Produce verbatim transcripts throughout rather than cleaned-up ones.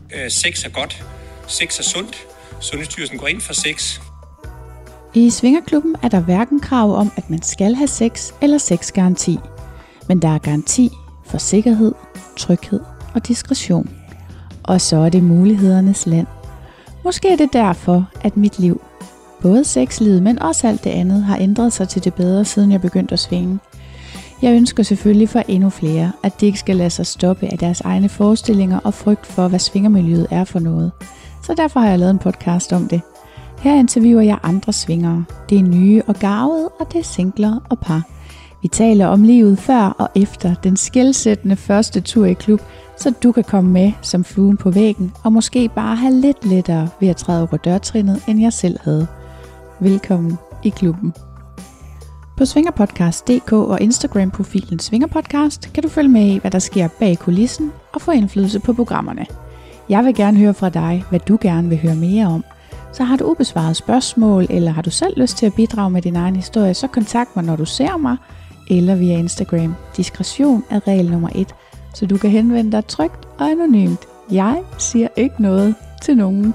øh, sex er godt, sex er sundt, Sundhedsstyrelsen går ind for sex. I Svingerklubben er der hverken krav om, at man skal have sex eller sexgaranti. Men der er garanti for sikkerhed, tryghed og diskretion. Og så er det mulighedernes land. Måske er det derfor, at mit liv, både sexlivet, men også alt det andet, har ændret sig til det bedre, siden jeg begyndte at svinge. Jeg ønsker selvfølgelig for endnu flere, at de ikke skal lade sig stoppe af deres egne forestillinger og frygt for, hvad svingermiljøet er for noget. Så derfor har jeg lavet en podcast om det. Her interviewer jeg andre svingere. Det er nye og garvede, og det er singler og par. Vi taler om livet før og efter den skelsættende første tur i klub, så du kan komme med som fluen på væggen, og måske bare have lidt lettere ved at træde over dørtrinnet, end jeg selv havde. Velkommen i klubben. På svingerpodcast punktum d k og Instagram-profilen Svingerpodcast kan du følge med i, hvad der sker bag kulissen og få indflydelse på programmerne. Jeg vil gerne høre fra dig, hvad du gerne vil høre mere om. Så har du ubesvaret spørgsmål, eller har du selv lyst til at bidrage med din egen historie, så kontakt mig, når du ser mig, eller via Instagram. Diskretion er regel nummer et, så du kan henvende dig trygt og anonymt. Jeg siger ikke noget til nogen.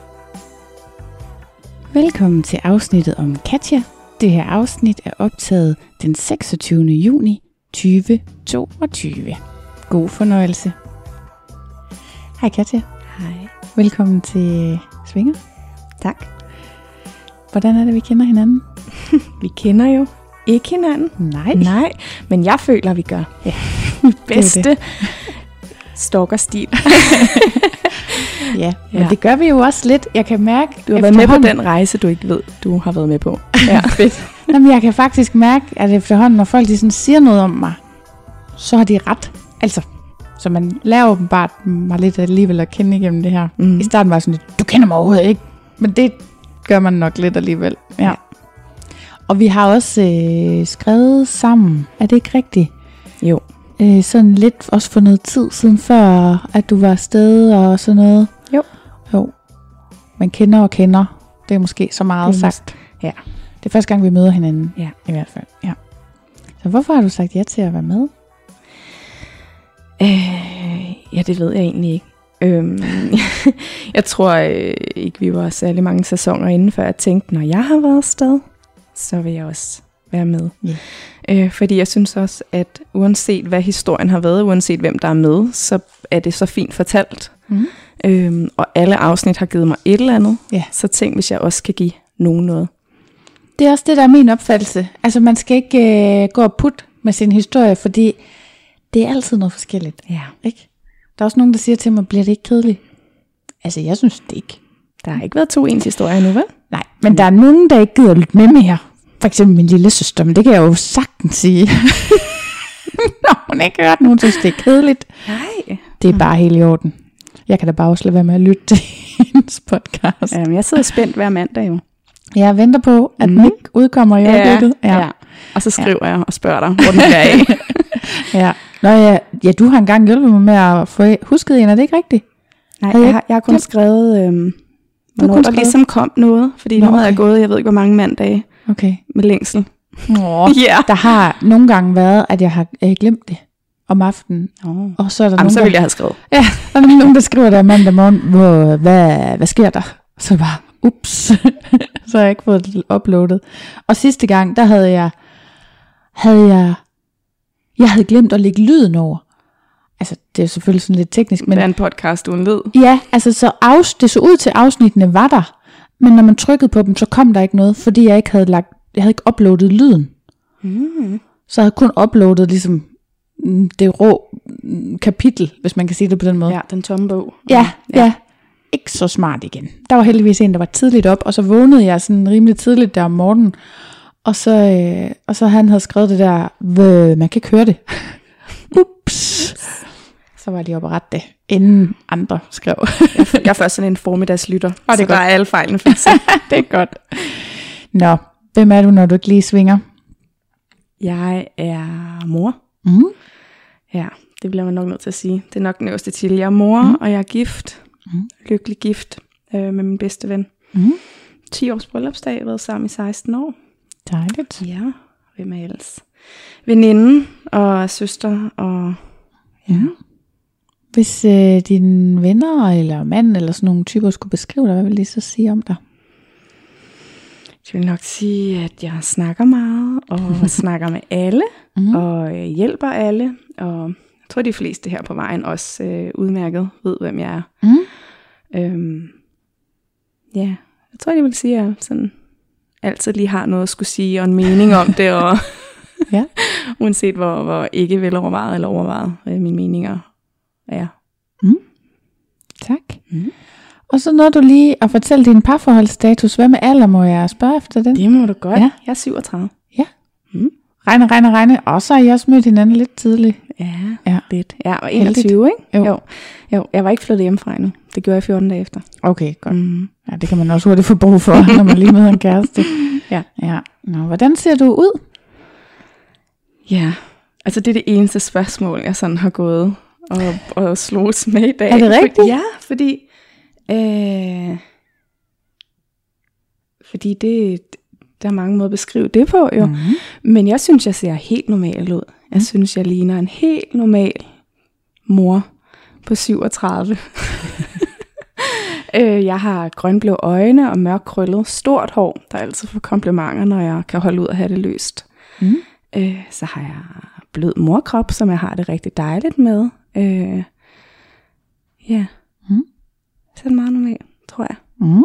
Velkommen til afsnittet om Katja. Det her afsnit er optaget den seksogtyvende juni to tusind toogtyve. God fornøjelse. Hej Katja. Hej. Velkommen til Svinger. Tak. Hvordan er det, vi kender hinanden? Vi kender jo ikke hinanden. Nej. Nej, men jeg føler, vi gør. Ja. Bedste det. stalkerstil. Ja, men ja. Det gør vi jo også lidt. Jeg kan mærke... Du har været med på den rejse, du ikke ved, du har været med på. Ja, fedt. Jamen, jeg kan faktisk mærke, at efterhånden, når folk de sådan siger noget om mig, så har de ret. Altså, så man lærer åbenbart mig lidt alligevel at kende igennem det her. Mm. I starten var jeg sådan lidt, du kender mig overhovedet ikke. Men det gør man nok lidt alligevel. Ja. Ja. Og vi har også øh, skrevet sammen. Er det ikke rigtigt? Jo. Øh, sådan lidt også for noget tid siden, før at du var afsted og sådan noget. Jo. Jo. Man kender og kender. Det er måske så meget mm. sagt. Ja. Det er første gang, vi møder hinanden. Ja. I hvert fald. Ja. Så hvorfor har du sagt ja til at være med? Øh, ja, det ved jeg egentlig ikke. Øhm, jeg tror øh, ikke, vi var særlig mange sæsoner inden, før jeg tænkte, når jeg har været afsted, så vil jeg også være med. Yeah. Øh, fordi jeg synes også, at uanset hvad historien har været, uanset hvem der er med, så er det så fint fortalt. Mm. Øhm, og alle afsnit har givet mig et eller andet. Yeah. Så tænk, hvis jeg også kan give nogen noget. Det er også det, der er min opfattelse. Altså man skal ikke øh, gå og putte med sin historie, fordi det er altid noget forskelligt. Ja. Ikke? Der er også nogen, der siger til mig, bliver det ikke kedeligt? Altså jeg synes det ikke. Der har ikke været to ens historier endnu, vel? Nej, men mm. der er nogen, der ikke gider lytte med mere. For eksempel min lille søster, men det kan jeg jo sagtens sige. Når hun ikke hørt nogen, synes det er kedeligt. Nej. Det er bare helt i orden. Jeg kan da bare også lade være med at lytte til hendes podcast. Jamen, jeg sidder spændt hver mandag jo. Jeg venter på, at mm. Nick udkommer i øjeblikket. Ja, ja. Og så skriver ja. jeg og spørger dig, hvor den er af. ja. Nå ja, ja, du har engang hjulpet mig med at få husket en, er det ikke rigtigt? Nej, jeg, jeg, har, jeg har kun ja. skrevet, øhm, hvornår der skrevet? Ligesom kom noget, fordi Nå, nu okay. havde jeg gået, jeg ved ikke hvor mange mandage okay. med længsel. Nå, yeah. Der har nogle gange været, at jeg har øh, glemt det om aftenen. Oh. Og så er der Jamen, nogen, så der, vil jeg have skrevet. Ja, der er nogen, der skriver der mandag morgen, hvor, hvad, hvad sker der? Så er det bare, ups, så har jeg ikke fået det uploadet. Og sidste gang, der havde jeg, havde jeg, jeg havde glemt at lægge lyden over. Altså, det er selvfølgelig sådan lidt teknisk, men... Det er en podcast uden lyd. Ja, altså, så afs, det så ud til, afsnittene var der, men når man trykkede på dem, så kom der ikke noget, fordi jeg ikke havde lagt, jeg havde ikke uploadet lyden. Mm. Så jeg havde kun uploadet ligesom det rå kapitel, hvis man kan sige det på den måde. Ja, den tomme bog. Ja, ja, ja. Ikke så smart igen. Der var heldigvis en, der var tidligt op, og så vågnede jeg sådan rimelig tidligt der om morgenen, og så, øh, og så han havde skrevet det der, man kan ikke høre det. Ups. Så var de oppe og rette det, inden andre skrev. jeg, jeg er først sådan en formiddagslytter, og det så er der godt. er alle fejlene fikset. Det er godt. Nå, hvem er du, når du ikke lige svinger? Jeg er mor. Mm. Ja, det bliver man nok nødt til at sige. Det er nok den øverste titel. Jeg er mor, mm. og jeg er gift. Mm. Lykkelig gift øh, med min bedste ven. Mm. ti års bryllupsdag, jeg har været sammen i seksten år. Dejligt. Ja, hvem er ellers? Veninde og søster og ja. Hvis øh, dine venner eller mand eller sådan nogle typer skulle beskrive dig, hvad vil de så sige om dig? Jeg vil nok sige, at jeg snakker meget, og snakker med alle, mm. og øh, hjælper alle. Og jeg tror, de fleste her på vejen også øh, udmærket ved, hvem jeg er. Mm. Øhm, ja, jeg tror, de vil sige, at jeg sådan altid lige har noget at skulle sige, og en mening om det, og ja. Uanset hvor, hvor ikke velovervejet eller overvejet øh, mine meninger er. Mm. Tak. Mm. Og så når du lige at fortælle din parforholdsstatus. Hvad med alder, må jeg spørge efter den? Det må du godt. Ja. Jeg er syvogtredive. Ja. Mm. Regne, regne, regne. Og så har I også mødt hinanden lidt tidligt. Ja, ja. lidt. Jeg var enogtyve, ikke? Jo. jo. Jo, jeg var ikke flyttet hjemmefra endnu. Det gjorde jeg fjorten dage efter. Okay, godt. Mm. Ja, det kan man også hurtigt få brug for, når man lige møder en kæreste. Ja. Ja. Nå, hvordan ser du ud? Ja, altså det er det eneste spørgsmål, jeg sådan har gået og, og slået med i dag. Er det rigtigt? Ja, fordi... Øh, fordi det, der er mange måder at beskrive det på jo. Mm-hmm. Men jeg synes, jeg ser helt normal ud. Jeg mm. synes, jeg ligner en helt normal mor på syvogtredive. øh, jeg har grønblå øjne og mørk krøllet, stort hår, der altid får komplimenter, når jeg kan holde ud og have det løst. Mm. Øh, så har jeg blød morkrop, som jeg har det rigtig dejligt med. Øh, ja. Mm. Så er det meget normalt, tror jeg. Mm.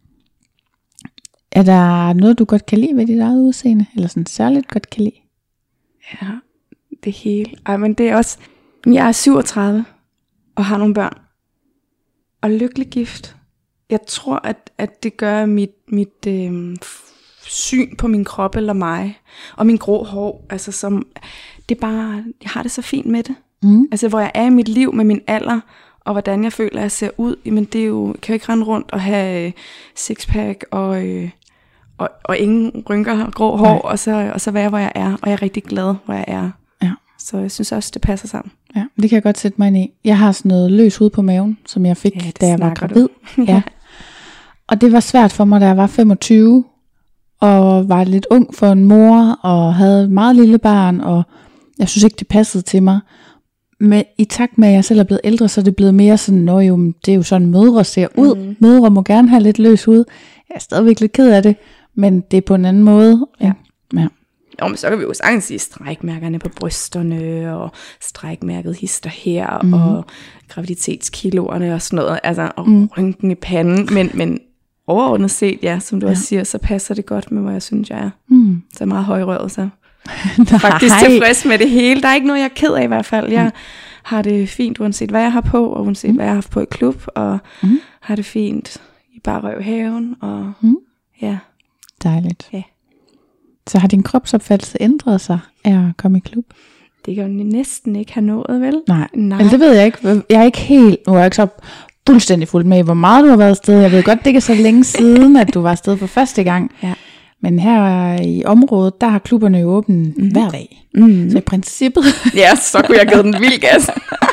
Er der noget, du godt kan lide ved dit eget udseende? Eller sådan særligt godt kan lide? Ja, det hele. Ej, men det er også... Jeg er syvogtredive og har nogle børn. Og lykkelig gift. Jeg tror, at, at det gør mit, mit øh, syn på min krop eller mig. Og min grå hår. Altså som... Det er bare... Jeg har det så fint med det. Mm. Altså hvor jeg er i mit liv med min alder... Og hvordan jeg føler, at jeg ser ud, jamen det er jo, kan jo ikke rende rundt og have sixpack og, øh, og, og ingen rynker, grå hår, og så, og så være, hvor jeg er. Og jeg er rigtig glad, hvor jeg er. Ja. Så jeg synes også, det passer sammen. Ja, det kan jeg godt sætte mig ind i. Jeg har sådan noget løs hud på maven, som jeg fik, ja, da jeg var gravid. Ja. Og det var svært for mig, da jeg var femogtyve, og var lidt ung for en mor, og havde et meget lille barn, og jeg synes ikke, det passede til mig. Men i takt med, at jeg selv er blevet ældre, så er det blevet mere sådan, nå jo, det er jo sådan, mødre ser ud. Mm. Mødre må gerne have lidt løs hud. Jeg er stadigvæk lidt ked af det, men det er på en anden måde. Ja. Ja. Jo, men så kan vi jo sagtens sige strækmærkerne på brysterne, og strækmærket hister her, mm. og graviditetskiloerne og sådan noget, altså, og mm. rynken i panden. Men, men overordnet set, ja, som du ja. også siger, så passer det godt med, hvor jeg synes, jeg er. Mm. Så er meget højrøvet, så... faktisk tilfreds med det hele. Der er ikke noget, jeg er ked af i hvert fald. Jeg mm. har det fint, uanset hvad jeg har på, og uanset mm. hvad jeg har haft på i klub, og mm. har det fint i bare røvhaven, og mm. ja. Dejligt. Ja. Så har din kropsopfattelse ændret sig af at komme i klub? Det kan jo næsten ikke have nået, vel? Nej, Nej. Eller det ved jeg ikke. Jeg er ikke helt, nu er jeg ikke så fuldstændig fuldt med, hvor meget du har været afsted. Jeg ved godt, det ikke er så længe siden, at du var afsted for første gang. Ja. Men her i området, der har klubberne jo åbent mm. hver dag. Mm. Så i princippet... ja, så kunne jeg give den vild gas.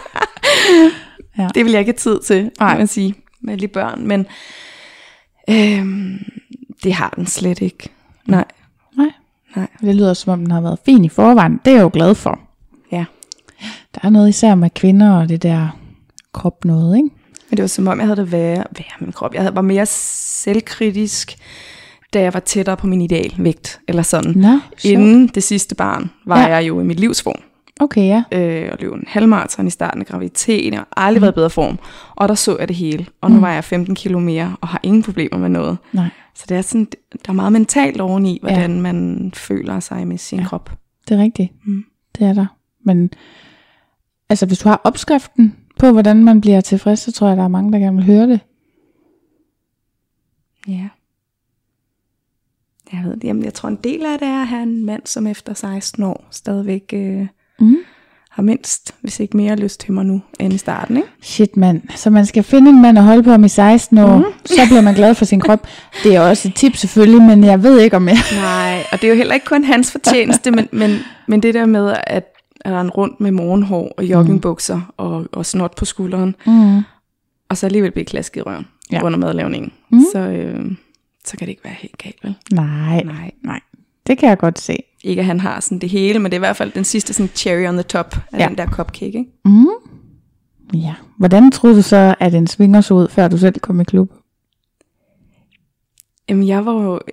ja. Det vil jeg ikke have tid til, kan man sige, med lige børn. Men øhm, det har den slet ikke. Nej. Nej. Nej. Det lyder som om, den har været fin i forvejen. Det er jeg jo glad for. Ja. Der er noget især med kvinder og det der krop noget, ikke? Men det var som om, jeg havde det værre, værre med min krop. Jeg var mere selvkritisk, da jeg var tættere på min idealvægt, eller sådan. Nå, inden det sidste barn, var ja. jeg jo i mit livsform. Okay, ja. Øh, og løb en halvmarathon i starten af graviditeten, og aldrig mm. været i bedre form. Og der så jeg det hele. Og nu mm. var jeg femten kilo mere, og har ingen problemer med noget. Nej. Så det er sådan, der er meget mentalt oveni, hvordan ja. man føler sig med sin ja. krop. Det er rigtigt. Mm. Det er der. Men altså, hvis du har opskriften på, hvordan man bliver tilfreds, så tror jeg, der er mange, der gerne vil høre det. Ja. Jeg ved det. Jamen, jeg tror, en del af det er at have en mand, som efter seksten år stadigvæk øh, mm. har mindst, hvis ikke mere, lyst til mig nu, end i starten, ikke? Shit, mand. Så man skal finde en mand at holde på om i seksten år, mm. så bliver man glad for sin krop. Det er også et tip selvfølgelig, men jeg ved ikke om jeg... Nej, og det er jo heller ikke kun hans fortjeneste, men, men, men det der med, at er en rundt med morgenhår og joggingbukser mm. og, og snot på skulderen, mm. og så alligevel blive klasket i røven ja. under madlavningen. Mm. Så... Øh, så kan det ikke være helt galt, vel? Nej, nej, nej. Det kan jeg godt se. Ikke at han har sådan det hele, men det er i hvert fald den sidste sådan cherry on the top af ja. den der cupcake, ikke? Mm. Ja. Hvordan troede du så, at en swinger så ud, før du selv kom i klub? Jamen, jeg var jo...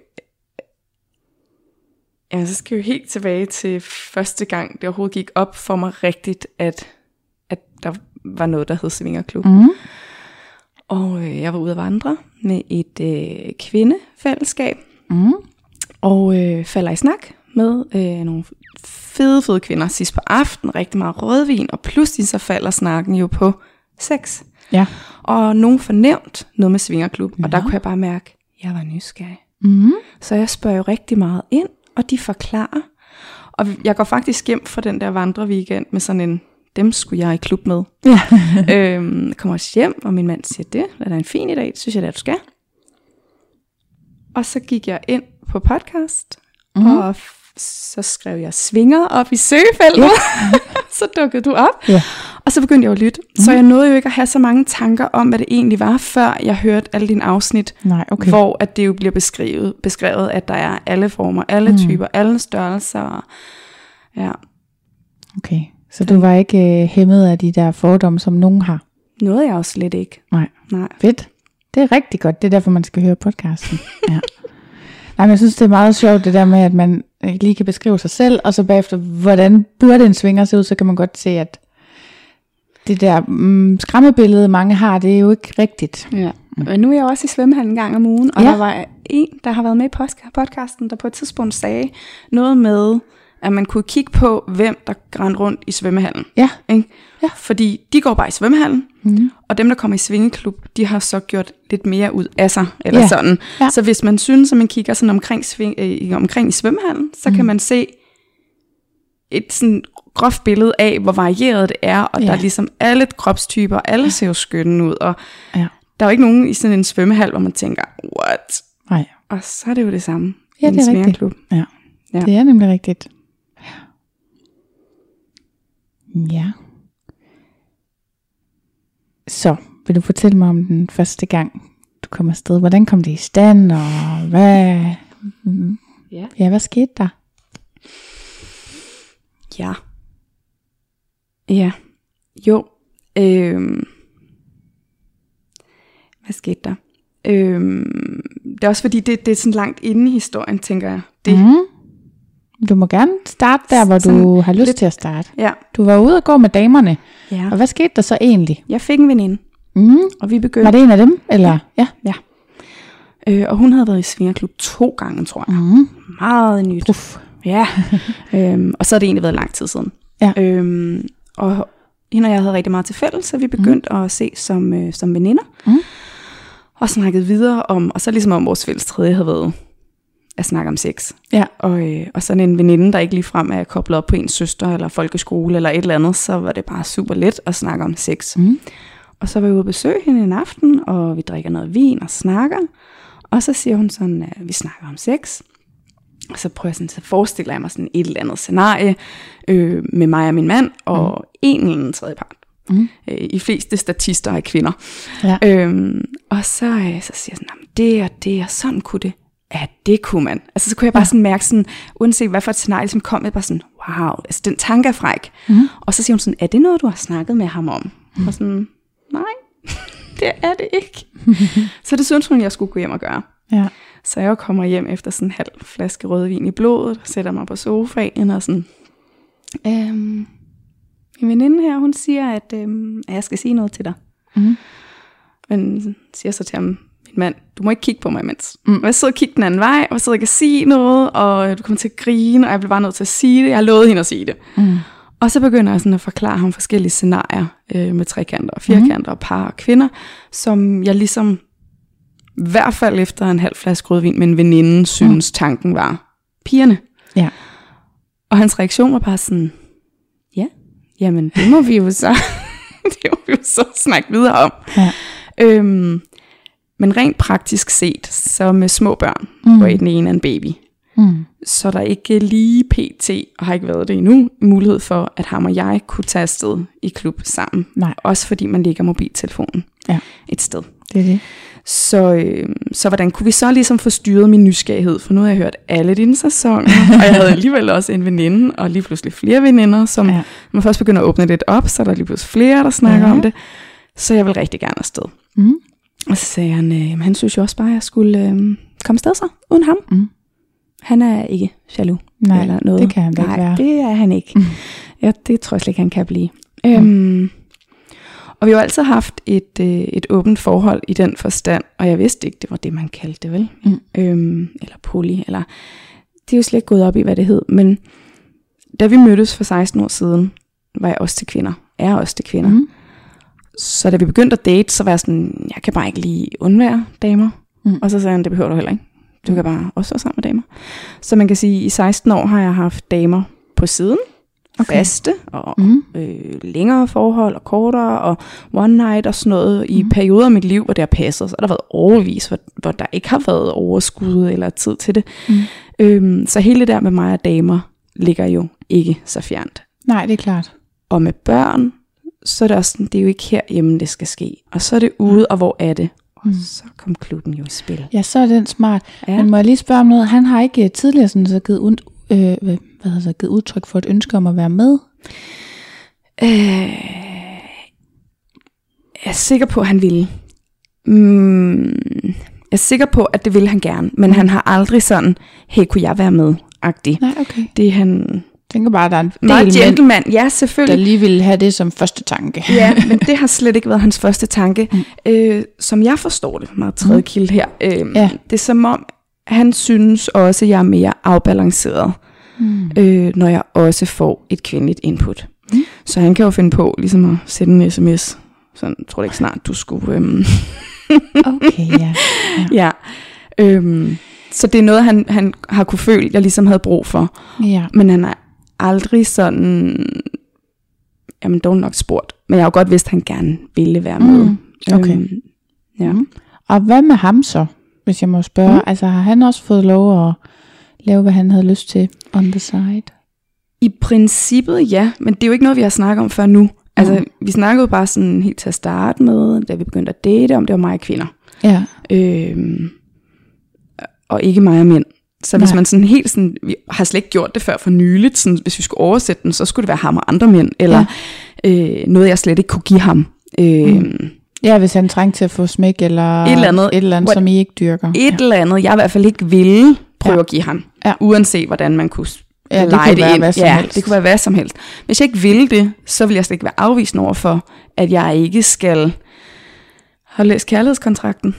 Ja, så skal jeg jo helt tilbage til første gang, det overhovedet gik op for mig rigtigt, at, at der var noget, der hed swingerklub. Mm. Og øh, jeg var ude at vandre med et øh, kvindefællesskab, Mm. og øh, falder i snak med øh, nogle fede, fede kvinder sidst på aftenen, rigtig meget rødvin, og pludselig så falder snakken jo på sex. Ja. Og nogen fornævnt noget med swingerklub, ja. Og der Ja. kunne jeg bare mærke, at jeg var nysgerrig. Mm. Så jeg spørger jo rigtig meget ind, og de forklarer. Og jeg går faktisk hjem fra den der vandreweekend med sådan en, dem skulle jeg i klub med. Ja. øhm, kommer også hjem, og min mand siger, det er da en fin idé, det synes jeg, det er, du skal. Og så gik jeg ind på podcast, mm. og f- så skrev jeg svinger op i søgefeltet. Ja. Så dukkede du op, Ja. og så begyndte jeg at lytte. Mm. Så jeg nåede jo ikke at have så mange tanker om, hvad det egentlig var, før jeg hørte alle dine afsnit, Nej, okay. hvor at det jo bliver beskrevet, beskrevet, at der er alle former, alle Mm. typer, alle størrelser. Ja, Okay. Så du var ikke øh, hæmmet af de der fordomme, som nogen har? nåede jeg også slet ikke. Nej. Nej. Fedt. Det er rigtig godt. Det er derfor, man skal høre podcasten. Ja. Nej, men jeg synes, det er meget sjovt, det der med, at man lige kan beskrive sig selv, og så bagefter, hvordan burde en swinger se ud, så kan man godt se, at det der mm, skræmmebillede, mange har, det er jo ikke rigtigt. Ja. Men nu er jeg også i svømmehallen en gang om ugen, og Ja. der var en, der har været med i podca- podcasten, der på et tidspunkt sagde noget med, at man kunne kigge på, hvem der rendte rundt i svømmehallen. Ja. Ikke? Ja. Fordi de går bare i svømmehallen, Mm. og dem, der kommer i svingeklub, de har så gjort lidt mere ud af sig, eller Ja. sådan. Ja. Så hvis man synes, at man kigger sådan omkring, sving, øh, omkring i svømmehallen, så mm. kan man se et sådan groft billede af, hvor varieret det er, og Ja. der er ligesom alle kropstyper, alle ser jo skønne ud, og Ja. der er jo ikke nogen i sådan en svømmehal, hvor man tænker, what? Nej. Og så er det jo det samme Ja, i en det er rigtigt. svingerklub. Ja. Ja. Det er nemlig rigtigt. Ja. Så, vil du fortælle mig om den første gang, du kom afsted? Hvordan kom det i stand, og hvad, Ja. ja, hvad skete der? Ja. Ja. Jo. Øhm. Hvad skete der? Øhm. Det er også fordi, det, det er sådan langt inde i historien, tænker jeg. Det, Mm. Du må gerne starte der, hvor Sådan du har lyst lidt- til at starte. Ja. Du var ude og gå med damerne, ja. og hvad skete der så egentlig? Jeg fik en veninde, Mm. og vi begyndte. Var det en af dem, eller? Ja. Ja. Øh, og hun havde været i svingerklub to gange, tror jeg. Mm. Meget nyt. Uff. Ja. øhm, og så har det egentlig været lang tid siden. Ja. Øhm, og hende og jeg havde rigtig meget til fælles, så vi begyndte mm. at se som, øh, som veninder. Mm. Og snakkede videre om, og så ligesom om vores fælles tredje havde været at snakke om sex. Ja. Og, øh, og sådan en veninde, der ikke ligefrem er koblet op på ens søster, eller folkeskole, eller et eller andet, så var det bare super let at snakke om sex. Mm. Og så var vi ude og besøge hende en aften, og vi drikker noget vin og snakker. Og så siger hun sådan, at vi snakker om sex. Og så prøver jeg sådan, så forestiller jeg mig sådan et eller andet scenarie øh, med mig og min mand, og mm. en eller anden tredje part. Mm. Øh, I fleste statister er kvinder. Ja. Øhm, og så, øh, så siger jeg sådan, det og det, og sådan kunne det. Ja, det kunne man. Altså så kunne jeg bare sådan mærke sådan, uanset hvad for et scenarie som kom, jeg bare sådan, wow, altså den tanke er fræk. Mm. Og så siger hun sådan, er det noget, du har snakket med ham om? Mm. Og sådan, nej, det er det ikke. Så det synes hun, jeg skulle gå hjem og gøre. Ja. Så jeg kommer hjem efter sådan en halv flaske rødvin i blodet, sætter mig på sofaen og sådan, øhm, min veninde her, hun siger, at, øhm, at jeg skal sige noget til dig. Mm. Men siger så til ham, min mand, du må ikke kigge på mig imens. Mm. Og jeg sidder og kigger den anden vej, og jeg sidder ikke at sige noget, og du kommer til at grine, og jeg bliver bare nødt til at sige det. Jeg har lovet hende at sige det. Mm. Og så begynder jeg sådan at forklare ham forskellige scenarier øh, med trekanter og firkanter mm. og par og kvinder, som jeg ligesom, i hvert fald efter en halv flaske rødvin med en veninde, synes mm. tanken var pigerne. Ja. Og hans reaktion var bare sådan, ja, jamen det må vi jo så, det må vi jo så snakke videre om. Ja. Øhm, men rent praktisk set, så med små børn, mm. hvor den ene er en baby, mm. så er der ikke lige pt, og har ikke været det endnu, mulighed for, at ham og jeg kunne tage afsted i klub sammen. Nej. Også fordi man lægger mobiltelefonen ja. et sted. Det er det. Så, øh, så hvordan kunne vi så ligesom få styret min nysgerrighed? For nu har jeg hørt alle dine sæsoner, og jeg havde alligevel også en veninde, og lige pludselig flere veninder, som ja. man først begynder at åbne lidt op, så er der lige pludselig flere, der snakker ja. om det. Så jeg vil rigtig gerne afsted. Mm. Og så sagde han, øh, han synes jo også bare, at jeg skulle øh, komme afsted så, uden ham. Mm. Han er ikke jaloux. Nej, eller noget. Det kan han ikke Nej, være. det er han ikke. Mm. Ja, det tror jeg slet ikke, han kan blive. Mm. Øhm, og vi har jo altid haft et, øh, et åbent forhold i den forstand, og jeg vidste ikke, det var det, man kaldte det, vel? Mm. Øhm, eller poly, eller... Det er jo slet ikke gået op i, hvad det hed, men da vi mødtes for seksten år siden, var jeg også til kvinder. Er også til kvinder. Mm. Så da vi begyndte at date, så var jeg sådan, jeg kan bare ikke lige undvære damer. Mm. Og så sagde han, det behøver du heller ikke. Du kan bare også være sammen med damer. Så man kan sige, at i seksten år har jeg haft damer på siden. Okay. Faste og mm. øh, længere forhold og kortere og one night og sådan noget i mm. perioder af mit liv, hvor det har passet. Så har der været overvis, hvor, hvor der ikke har været overskud eller tid til det. Mm. Øhm, så hele det der med mig og damer ligger jo ikke så fjernt. Nej, det er klart. Og med børn, så er det også sådan, det er jo ikke herhjemme, det skal ske. Og så er det ude, og hvor er det? Og mm. så kom klubben jo i spil. Ja, så er den smart. Ja. Men må jeg lige spørge om noget? Han har ikke tidligere sådan så givet, und, øh, hvad hedder det, givet udtryk for et ønske om at være med? Øh, jeg er sikker på, at han ville. Mm, jeg er sikker på, at det ville han gerne. Men mm. han har aldrig sådan, hey, kunne jeg være med-agtig. Nej, okay. Det er han... Jeg tænker bare, at der er en del gentleman, ja, selvfølgelig. Der lige ville have det som første tanke. Ja, men det har slet ikke været hans første tanke. Mm. Øh, som jeg forstår det, meget tredje kilde her, øh, ja. det er som om, han synes også, at jeg er mere afbalanceret, mm. øh, når jeg også får et kvindeligt input. Mm. Så han kan jo finde på ligesom at sende en sms. Sådan, jeg tror det ikke snart, du skulle... Øhm. Okay, ja. Ja. ja øhm, så det er noget, han, han har kunne føle, jeg ligesom havde brug for. Ja. Men han er aldrig sådan, jamen dog nok spurgt, men jeg har jo godt vidst, at han gerne ville være med. Mm, okay. Øhm, ja. Mm. Og hvad med ham så, hvis jeg må spørge? Mm. Altså har han også fået lov at lave, hvad han havde lyst til on the side? I princippet ja, men det er jo ikke noget, vi har snakket om før nu. Mm. Altså vi snakkede bare sådan helt til at starte med, da vi begyndte at date, om det var mig og kvinder. Ja. Øhm, og ikke mig og mænd. Så hvis Nej. man sådan helt sådan, vi har slet ikke gjort det før for nyligt, sådan, hvis vi skulle oversætte den, så skulle det være ham og andre mænd, eller ja. øh, noget, jeg slet ikke kunne give ham. Øh, mm. Ja, hvis han trængte til at få smæk, eller et eller andet, et eller andet som I ikke dyrker. Et ja. eller andet, jeg i hvert fald ikke ville prøve ja. at give ham, ja. uanset hvordan man kunne ja, det lege kunne det være ind. Hvad som ja, helst. det kunne være hvad som helst. Hvis jeg ikke ville det, så ville jeg slet ikke være afvisende over for, at jeg ikke skal have læst kærlighedskontrakten.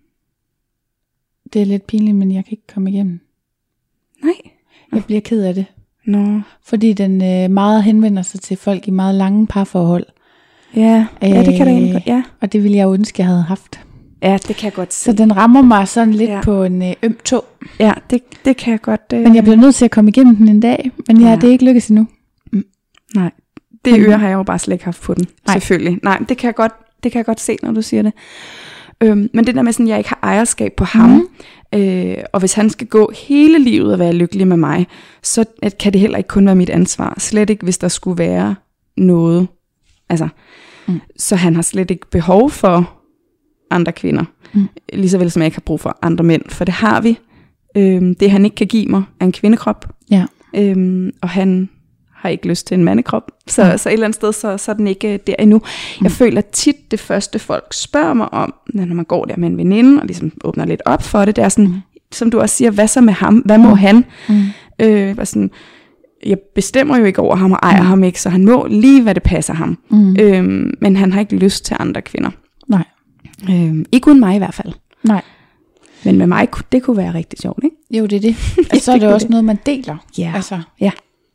Det er lidt pinligt, men jeg kan ikke komme igennem. Nej. Jeg bliver ked af det. Nå. Fordi den øh, meget henvender sig til folk i meget lange parforhold. Ja, øh, ja det kan da egentlig godt, ja. Og det ville jeg ønske, jeg havde haft. Ja, det kan jeg godt se. Så den rammer mig sådan lidt ja. på en øh, øm tå. Ja, det, det kan jeg godt. Øh... Men jeg bliver nødt til at komme igennem den en dag. Men ja, ja. det er ikke lykkes endnu. Mm. Nej, det øre har jeg jo bare slet ikke haft på den. Nej. Selvfølgelig. Nej, det kan jeg godt, det kan jeg godt se, når du siger det. Øhm, men det der med sådan, at jeg ikke har ejerskab på ham, mm. øh, og hvis han skal gå hele livet og være lykkelig med mig, så kan det heller ikke kun være mit ansvar. Slet ikke, hvis der skulle være noget. Altså, mm. så han har slet ikke behov for andre kvinder. Mm. Lige så vel som jeg ikke har brug for andre mænd. For det har vi. Øhm, det han ikke kan give mig er en kvindekrop. Ja. Øhm, og han har ikke lyst til en mandekrop. Så, mm. så et eller andet sted, så, så er den ikke der endnu. Mm. Jeg føler tit, det første folk spørger mig om, når man går der med en veninde, og ligesom åbner lidt op for det, det er sådan, mm. som du også siger, hvad så med ham? Hvad må mm. han? Mm. Øh, sådan, jeg bestemmer jo ikke over ham, og ejer mm. ham ikke, så han må lige, hvad det passer ham. Mm. Øhm, men han har ikke lyst til andre kvinder. Nej. Øhm, ikke uden mig i hvert fald. Nej. Men med mig, det kunne være rigtig sjovt, ikke? Jo, det er det. Og så er det, det også det. Noget, man deler. Ja. Altså. Ja.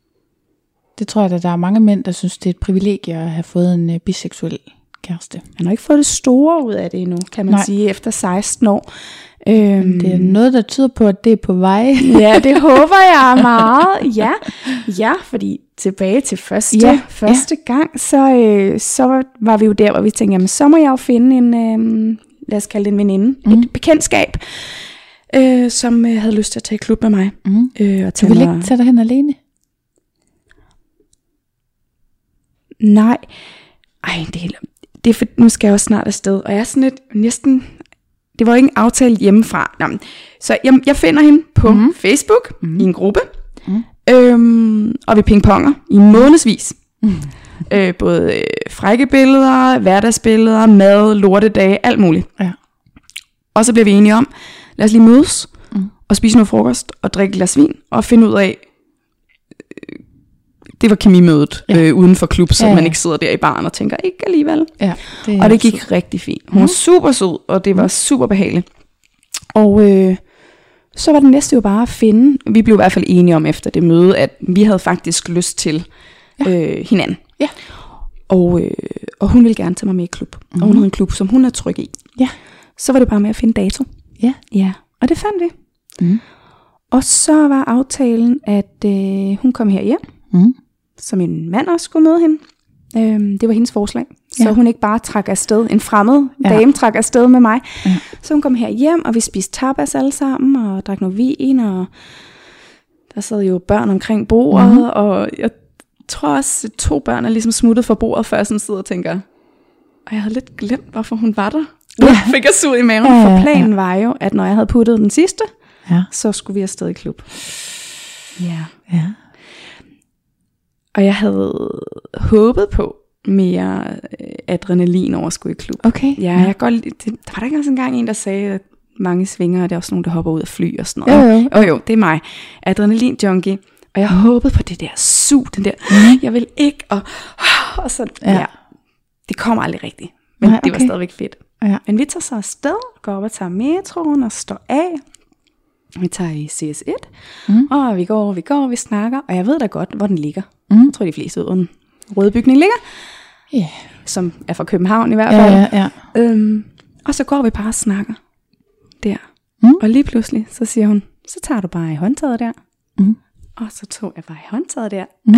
Det tror jeg, at der er mange mænd, der synes, det er et privilegie at have fået en uh, biseksuel kæreste. Man har ikke fået det store ud af det endnu, kan man Nej. sige, efter seksten år. Øhm. Det er noget, der tyder på, at det er på vej. Ja, det håber jeg meget. Ja, ja, fordi tilbage til første, ja, første ja. gang, så, øh, så var vi jo der, hvor vi tænkte, jamen så må jeg jo finde en, øh, lad os kalde det en veninde, mm. et bekendtskab, øh, som øh, havde lyst til at tage i klub med mig. Mm. Øh, og du vil ikke tage dig hen alene? Nej, ej, det er, det er for, nu skal jeg også snart afsted, og jeg er sådan lidt, næsten, det det var jo ikke en aftale hjemmefra. Nå, så jeg, jeg finder hende på mm. Facebook mm. i en gruppe, mm. øhm, og vi pingponger i månedsvis. Mm. Øh, både øh, frække billeder, hverdagsbilleder, mad, lortedage, alt muligt. Ja. Og så bliver vi enige om, lad os lige mødes mm. og spise noget frokost og drikke et glas vin og finde ud af, øh, det var kemimødet ja. øh, uden for klub, så ja, ja. man ikke sidder der i baren og tænker, ikke alligevel. Ja, det og det gik sød. rigtig fint. Hun mm. var super sød, og det var super behageligt. Og øh, så var det næste jo bare at finde, vi blev i hvert fald enige om efter det møde, at vi havde faktisk lyst til ja. øh, hinanden. Ja. Og, øh, og hun ville gerne tage mig med i klub. Mm. Og hun havde en klub, som hun er tryg i. Ja. Så var det bare med at finde dato. Ja. Ja. Og det fandt vi. Mm. Og så var aftalen, at øh, hun kom her hjem. Mm. Så min mand også skulle møde hende. Øhm, det var hendes forslag. Ja. Så hun ikke bare trak afsted. En fremmed ja. dame trak afsted med mig. Ja. Så hun kom her hjem, og vi spiste tapas alle sammen, og drak noget vin, og der sad jo børn omkring bordet, mm. og jeg tror også, at to børn er ligesom smuttet fra bordet, før jeg sådan sidder og tænker, og jeg havde lidt glemt, hvorfor hun var der. Nu ja. fik jeg sud i maven, ja, ja, for planen ja. var jo, at når jeg havde puttet den sidste, ja. så skulle vi afsted i klub. Ja. ja. Og jeg havde håbet på mere adrenalin over at skulle i klub. Okay. Ja, jeg godt, det, der var der ikke også engang en, der sagde, at mange svinger, og der er også nogen, der hopper ud af fly og sådan noget. Jo, jo, jo, jo det er mig. Adrenalin junkie. Og jeg mm. håbede på det der sug, den der, mm. jeg vil ikke, og, og så, ja. ja. Det kommer aldrig rigtigt. Men nej, okay. det var stadigvæk fedt. Ja. Men vi tager så afsted, går op og tager metroen og står af. Vi tager i C S et, mm. og vi går, vi går, vi snakker, og jeg ved da godt, hvor den ligger. Mm. Jeg tror, de fleste ved, hvor den røde bygning ligger. Yeah. Som er fra København i hvert fald. Ja, ja, ja. Øhm, og så går vi bare og snakker der. Mm. Og lige pludselig, så siger hun, så tager du bare i håndtaget der. Mm. Og så tog jeg bare i håndtaget der. Mm.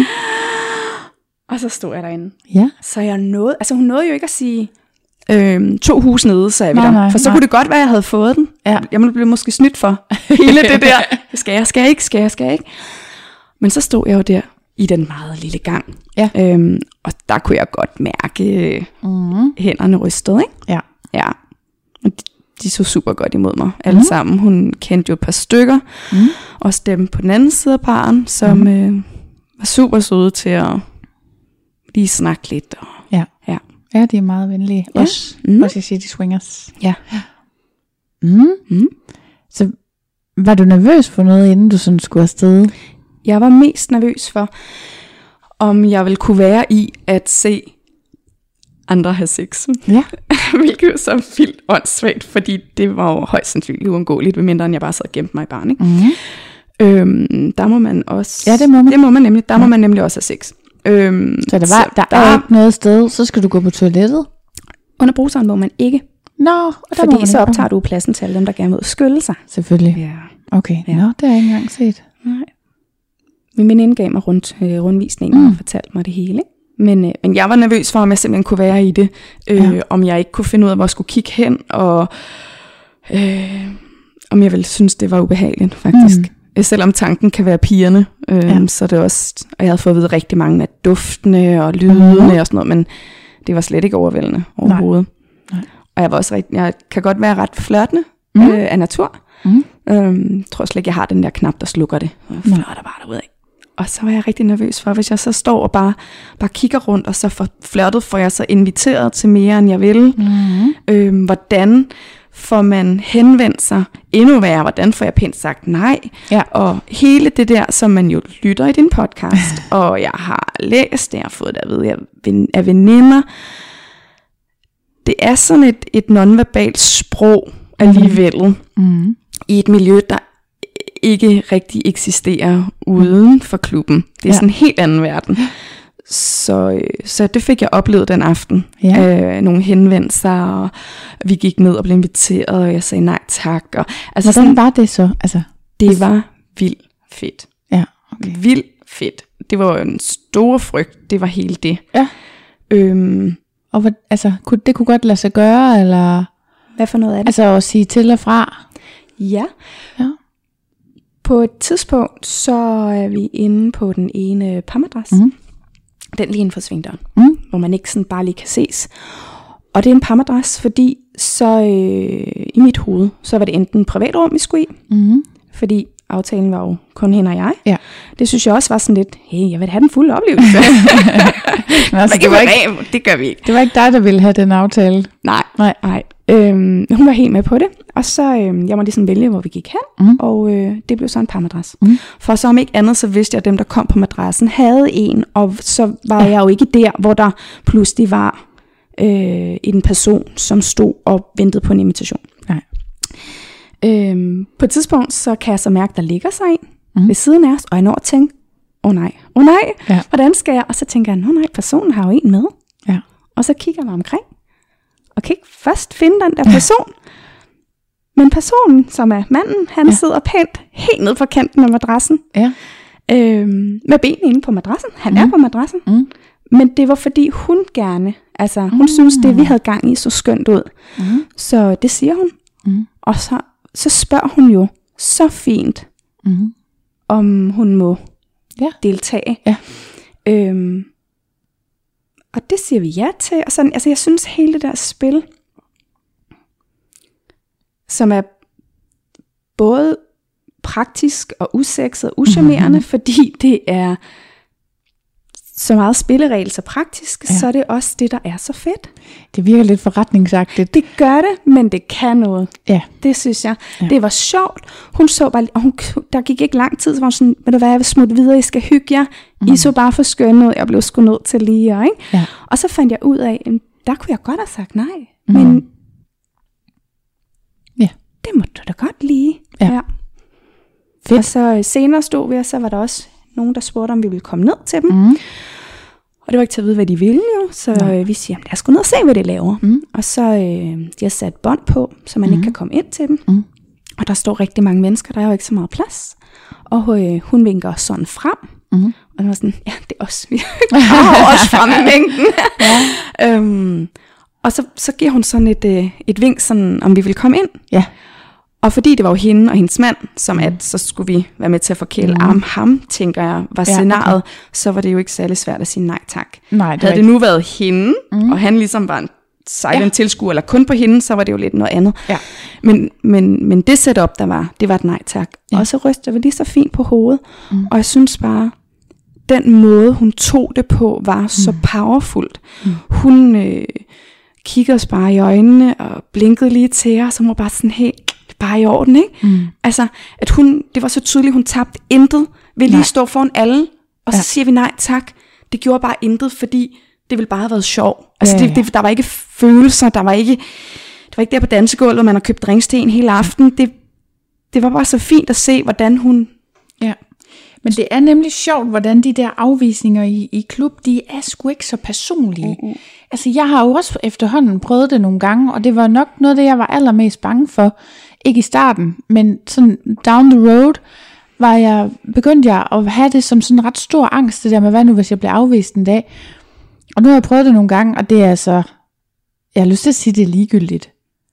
Og så stod jeg derinde. Ja. Så jeg nåede, altså hun nåede jo ikke at sige, øhm, to hus nede, sagde vi nej, der. Nej, for så nej. kunne det godt være, at jeg havde fået den. Ja. Jeg blev måske snydt for hele det der. Skal jeg, skal jeg ikke, skal jeg, skal jeg ikke. Men så stod jeg jo der i den meget lille gang. Ja. Øhm, og der kunne jeg godt mærke mm. hænderne rystede, ikke? Ja. Ja. Og de, de så super godt imod mig, alle mm. sammen. Hun kendte jo et par stykker. Mm. Også dem på den anden side af parren, som mm. øh, var super søde til at lige snakke lidt. Og, ja. ja. Ja, de er meget venlige. Ja. Også, mm. også jeg siger, de swingers. Ja. Mm. Mm. Så var du nervøs for noget, inden du sådan skulle afsted? Jeg var mest nervøs for, om jeg ville kunne være i at se andre have sex. Ja. Hvilket jo så vildt åndssvagt, fordi det var jo højst sandsynligt uundgåeligt, medmindre jeg bare sad og gemte mig i barn. Ikke? Mm. Øhm, der må man også... Ja, det må man. Det må man nemlig. Der ja. må man nemlig også have sex. Øhm, så der, var, så der, der er ikke noget sted, så skal du gå på toilettet? Under bruseren må man ikke. Nå, og der fordi man så optager du pladsen til alle dem, der gerne vil skylde sig. Selvfølgelig. Ja. Okay, ja. Nå, det har jeg ikke engang set. Nej. Min veninde gav mig rundt, øh, rundvisningen mm. og fortalte mig det hele. Men, øh, men jeg var nervøs for, om jeg simpelthen kunne være i det. Øh, ja. Om jeg ikke kunne finde ud af, hvor jeg skulle kigge hen. Og øh, om jeg ville synes, det var ubehageligt, faktisk. Mm. Selvom tanken kan være pigerne. Øh, ja. Så det også, og jeg havde fået at vide rigtig mange af duftene og lydene mm. og sådan noget. Men det var slet ikke overvældende overhovedet. Nej. Nej. Og jeg var også rigtig, jeg kan godt være ret flirtende mm. øh, af natur. Mm. Øhm, jeg tror slet ikke, jeg har den der knap, der slukker det. Jeg flirter bare derudad. Og så var jeg rigtig nervøs for, hvis jeg så står og bare, bare kigger rundt, og så får flirtet, får jeg så inviteret til mere, end jeg vil. Mm. Øhm, hvordan får man henvendt sig endnu værre? Hvordan får jeg pænt sagt nej? Ja. Og hele det der, som man jo lytter i din podcast, og jeg har læst det, jeg har fået det at vide af veninder. Det er sådan et, et nonverbalt sprog alligevel, mm. i et miljø, der ikke rigtig eksisterer uden for klubben. Det er ja. sådan en helt anden verden. Så, så det fik jeg oplevet den aften. Ja. Øh, nogle henvendelser, og vi gik ned og blev inviteret, og jeg sagde nej tak. Og, altså hvordan sådan, var det så? Altså, det var vildt fedt. Ja, okay. Vildt fedt. Det var en stor frygt. Det var hele det. Ja. Øhm, og hvad, altså, kunne, det kunne godt lade sig gøre, eller... Hvad for noget af det? Altså at sige til og fra. Ja. ja. På et tidspunkt, så er vi inde på den ene parmadras. Mm. Den lige inden for svingdøren. Mm. Hvor man ikke sådan bare lige kan ses. Og det er en parmadras, fordi så øh, i mit hoved, så var det enten et privatrum, vi skulle i, Mm-hmm. fordi aftalen var jo kun hende og jeg. Ja. Det synes jeg også var sådan lidt, hey, jeg vil have den fulde oplevelse. Men altså, Men det, var ikke, ikke, det gør vi ikke. det var ikke dig, der ville have den aftale. Nej, Nej. nej. Øhm, hun var helt med på det, og så øhm, jeg må ligesom vælge, hvor vi gik hen, Mm. og øh, det blev så en parmadras. Mm. For så om ikke andet, så vidste jeg, at dem, der kom på madrassen, havde en, og så var ja. jeg jo ikke der, hvor der pludselig var øh, en person, som stod og ventede på en invitation. Nej. Øhm, på et tidspunkt, så kan jeg så mærke, der ligger sig en Mm. ved siden af os, og jeg når at tænke, åh oh, nej, åh oh, nej, Ja. hvordan skal jeg? Og så tænker jeg, nå nej, personen har jo en med. Ja. Og så kigger jeg mig omkring, og kan ikke først finde den der person. Men personen, som er manden, han Ja. ja. sidder pænt helt ned på kanten af madrassen, Ja. øhm, med benene inde på madrassen. Han mm. er Mm. på madrassen. Mm. Men det var fordi hun gerne, altså hun Mm. synes det vi havde gang i så skønt ud. Mm. Så det siger hun. Mm. Og så, så spørger hun jo så fint, Mm. om hun må Ja. deltage. Ja. Øhm, og det siger vi ja til. Og sådan, altså jeg synes hele det der spil, som er både praktisk og usexet og uschammerende, Mhm. fordi det er så meget spilleregel så praktisk, Ja. så er det også det, der er så fedt. Det virker lidt forretningsagtigt. Det gør det, men det kan noget. Ja. Det synes jeg. Ja. Ja. Det var sjovt. Hun så bare, og hun, der gik ikke lang tid, så var hun sådan, ved du hvad, jeg vil smutte videre, I skal hygge jer. Mm. I så bare for skønne ud, jeg blev sgu nødt til lige, og, ikke? Ja. Og så fandt jeg ud af, at der kunne jeg godt have sagt nej. Mm. Men Ja. det må du da godt lige. Ja. Fedt. Og så øh, senere stod vi, og så var der også nogen, der spurgte, om vi ville komme ned til dem. Mm. Og det var ikke til at vide, hvad de ville jo, så Nej. øh, vi siger, lad os gå ned og se, hvad de laver. Mm. Og så øh, de har sat bånd på, så man mm. ikke kan komme ind til dem. Mm. Og der står rigtig mange mennesker, der er jo ikke så meget plads. Og øh, hun vinker os sådan frem. Mm. Og det var sådan, ja, det er os. Vi er også frem i mængden. Ja. øhm, og så, så giver hun sådan et, øh, et vink, sådan, om vi vil komme ind. Ja. Og fordi det var jo hende og hendes mand, som at så skulle vi være med til at forkæle Mm. ham, ham, tænker jeg, var Ja, scenariet, okay. så var det jo ikke særlig svært at sige nej tak. Nej, det Havde er det nu været hende, Mm. mm. og han ligesom var en silent Ja. ja. tilskuer, eller kun på hende, så var det jo lidt noget andet. Ja. Men, men, men det setup, der var, det var et nej tak. Ja. Ja. Og så ryster vi lige så fint på hovedet. Mm. Og jeg synes bare, den måde, hun tog det på, var så powerfult. Mm. Hun øh, kiggede os bare i øjnene, og blinkede lige til os, og hun var bare sådan helt, bare i orden, ikke? Mm. Altså, at hun, det var så tydeligt, hun tabte intet ved lige Nej. at stå foran alle, og så Ja. siger vi nej tak. Det gjorde bare intet, fordi det ville bare have været sjov. Altså, Ja, det, ja. det, der var ikke følelser, der var ikke, det var ikke der på dansegulvet, man har købt drinks til en hele aften. Det, det var bare så fint at se, hvordan hun... Ja. Men det er nemlig sjovt, hvordan de der afvisninger i, i klub, de er sgu ikke så personlige. Mm-hmm. Altså, jeg har jo også efterhånden prøvet det nogle gange, og det var nok noget af det, jeg var allermest bange for. Ikke i starten, men sådan down the road, var jeg, begyndte jeg at have det som sådan en ret stor angst, det der med, hvad nu, hvis jeg bliver afvist en dag. Og nu har jeg prøvet det nogle gange, og det er altså, jeg har lyst til at sige, det er ligegyldigt.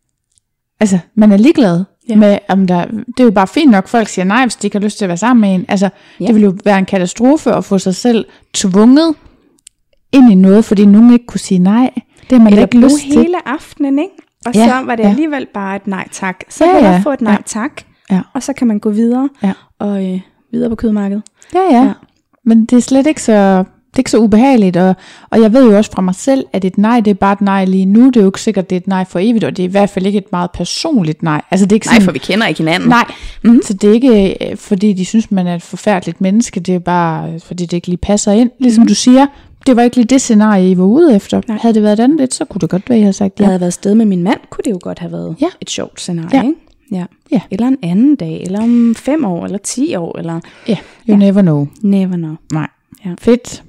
Altså, man er ligeglad. Ja. Med, om der, det er jo bare fint nok, folk siger nej, hvis de ikke har lyst til at være sammen med en. Altså, ja. Det ville jo være en katastrofe at få sig selv tvunget ind i noget, fordi nogen ikke kunne sige nej. Det har man Eller ikke lyst til. hele aftenen, ikke? Og Ja, så var det ja. alligevel bare et nej tak. Så Ja, kan ja, jeg få et nej ja. tak, Ja. og så kan man gå videre, Ja. og øh, videre på kødmarkedet. Ja, ja, Ja. ja. Men det er slet ikke så, det er ikke så ubehageligt, og, og jeg ved jo også fra mig selv, at et nej, det er bare et nej lige nu. Det er jo ikke sikkert, det er et nej for evigt, og det er i hvert fald ikke et meget personligt nej. Altså, det er ikke Nej, sådan, for vi kender ikke hinanden. Nej, Mhm. mm. Så det er ikke, øh, fordi de synes, man er et forfærdeligt menneske. Det er bare, øh, fordi det ikke lige passer ind. Ligesom mm. du siger, det var ikke lige det scenarie, I var ude efter. Nej. Havde det været et andet lidt, så kunne det godt være, I havde sagt Jeg ja. havde været sted med min mand, kunne det jo godt have været Ja. et sjovt scenarie, Ja. ikke? Ja. Ja. Eller en anden dag, eller om fem år, eller ti år, eller Ja, you Ja. never know. never know. Nej. Ja. Fedt.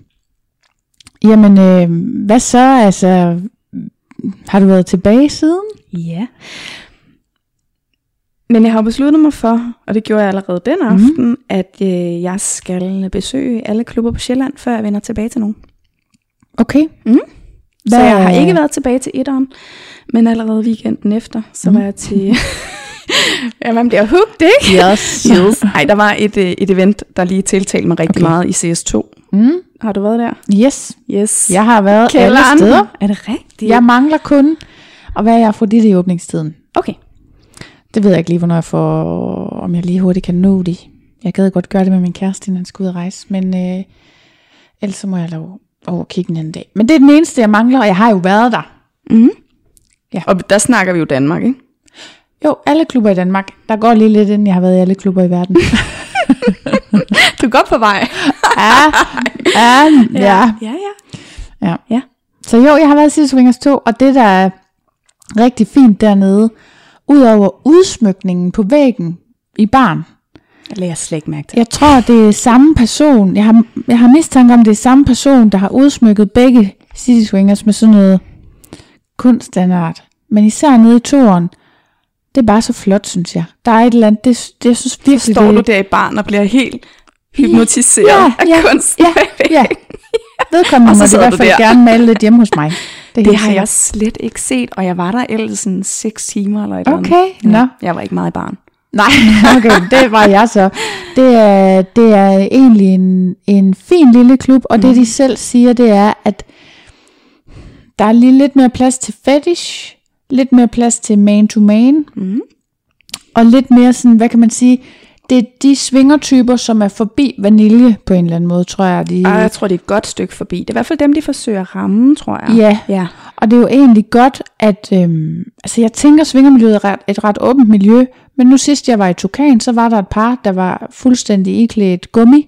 Jamen, øh, hvad så? Altså, har du været tilbage siden? Ja. Men jeg har besluttet mig for, og det gjorde jeg allerede den aften, mm. at øh, jeg skal besøge alle klubber på Sjælland, før jeg vender tilbage til nogen. Okay. Mm. Så Hvad- jeg har ikke været tilbage til etteren, men allerede weekenden efter, så Mm. var jeg til... ja, man bliver hooked, ikke? Yes. Yes. Ej, der var et, øh, et event, der lige tiltalte mig rigtig Okay. meget i C S to, Mm. Har du været der? Yes. Yes. Jeg har været Kælderen. alle steder. Er det rigtigt? Jeg mangler kun at være i Afrodite i åbningstiden. Okay. Det ved jeg ikke lige, hvornår jeg får, om jeg lige hurtigt kan nå det. Jeg gad godt gøre det med min kæreste, inden han skal ud og rejse. Men øh, ellers så må jeg lave over kigge en anden dag. Men det er den eneste, jeg mangler, og jeg har jo været der. Mm. Ja. Og der snakker vi jo Danmark, ikke? Jo, alle klubber i Danmark. Der går lige lidt, inden jeg har været i alle klubber i verden. Du er godt på vej. ja, ja, ja. Ja, ja. Ja. Ja. Så jo, jeg har været i City Swingers to, og det, der er rigtig fint dernede, udover udsmykningen på væggen i baren, Jeg lægger slet ikke mærke til. jeg tror, det er samme person, jeg har, jeg har mistanke om, det er samme person, der har udsmykket begge City Swingers med sådan noget kunststandard. Men især nede i toren, det er bare så flot, synes jeg. Der er et eller andet, det, det jeg synes virkelig, Står det, du der i baren og bliver helt hypnotiseret Ja, af ja, kunsten? ja, ja. Vedkommende Og så må det i sidder hvert du fald der. gerne male lidt hjemme hos mig. Det, er Det helt har sikkert. jeg slet ikke set, og jeg var der ellers sådan seks timer eller et eller Okay, andet. nå. Jeg var ikke meget i baren. Nej, okay, det var jeg så. Det er, det er egentlig en, en fin lille klub, og mm. det de selv siger, det er, at der er lige lidt mere plads til fetish, lidt mere plads til man to man, Mm. og lidt mere sådan, hvad kan man sige, det er de svingertyper, som er forbi vanilje på en eller anden måde, tror jeg. De, Og jeg tror, det er et godt stykke forbi. Det er i hvert fald dem, de forsøger at ramme, tror jeg. Ja. Ja. Og det er jo egentlig godt, at øhm, altså jeg tænker, svingermiljøet er ret, et ret åbent miljø, men nu sidst jeg var i Tukan, så var der et par, der var fuldstændig iklædt gummi,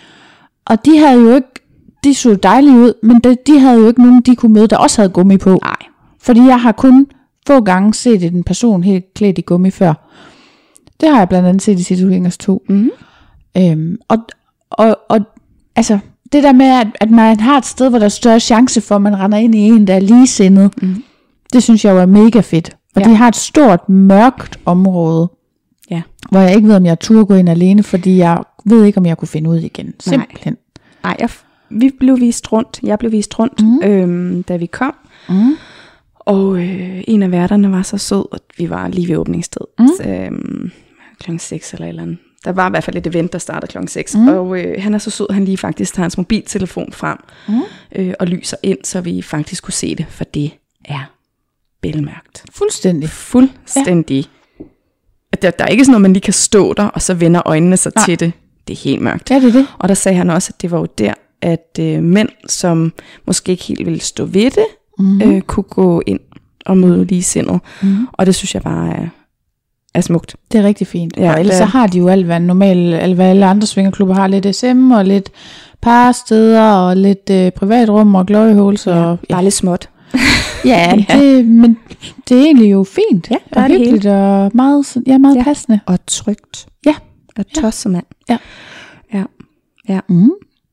og de havde jo ikke, de så dejlige ud, men de, de havde jo ikke nogen, de kunne møde, der også havde gummi på. Nej. Fordi jeg har kun få gange set en person helt klædt i gummi før. Det har jeg blandt andet set i City Swingers to. Mm. Øhm, og, og, og altså, det der med, at, at man har et sted, hvor der er større chance for, at man render ind i en, der er ligesindet, Mm. det synes jeg jo er mega fedt. Og Ja. de har et stort, mørkt område, Ja. hvor jeg ikke ved, om jeg turde gå ind alene, fordi jeg ved ikke, om jeg kunne finde ud igen. Simpelthen. Nej, jeg, vi blev vist rundt. Jeg blev vist rundt, Mm. øhm, da vi kom. Mm. Og øh, en af værterne var så sød, at vi var lige ved åbningstid. Mm. Så, øhm, klokken seks eller et eller andet. Der var i hvert fald et event, der startede klokken seks. Mm. Og øh, han er så sød, at han lige faktisk tager hans mobiltelefon frem Mm. øh, og lyser ind, så vi faktisk kunne se det, for det er bælmørkt. Fuldstændig. Fuldstændig. Ja. Der, der er ikke sådan noget, man lige kan stå der, og så vender øjnene sig Nej. til det. Det er helt mørkt. Ja, det er det. Og der sagde han også, at det var jo der, at øh, mænd, som måske ikke helt ville stå ved det, Mm. øh, kunne gå ind og møde ligesindet. Mm. Og det synes jeg bare er, er smukt. Det er rigtig fint. Ja, Ja, og ellers det- så har de jo alt, hvad normal, alt, hvad alle andre svingerklubber har. Lidt S M og lidt parsteder og lidt øh, privatrum og glory holes. Og, Bare lidt småt. ja, Ja. det, men det er egentlig jo fint. Ja, der og er det hyggeligt og meget, sådan- ja, meget Ja. ja. passende. Og trygt. Ja. Og tosset mand. Ja. Ja. Ja. Mm.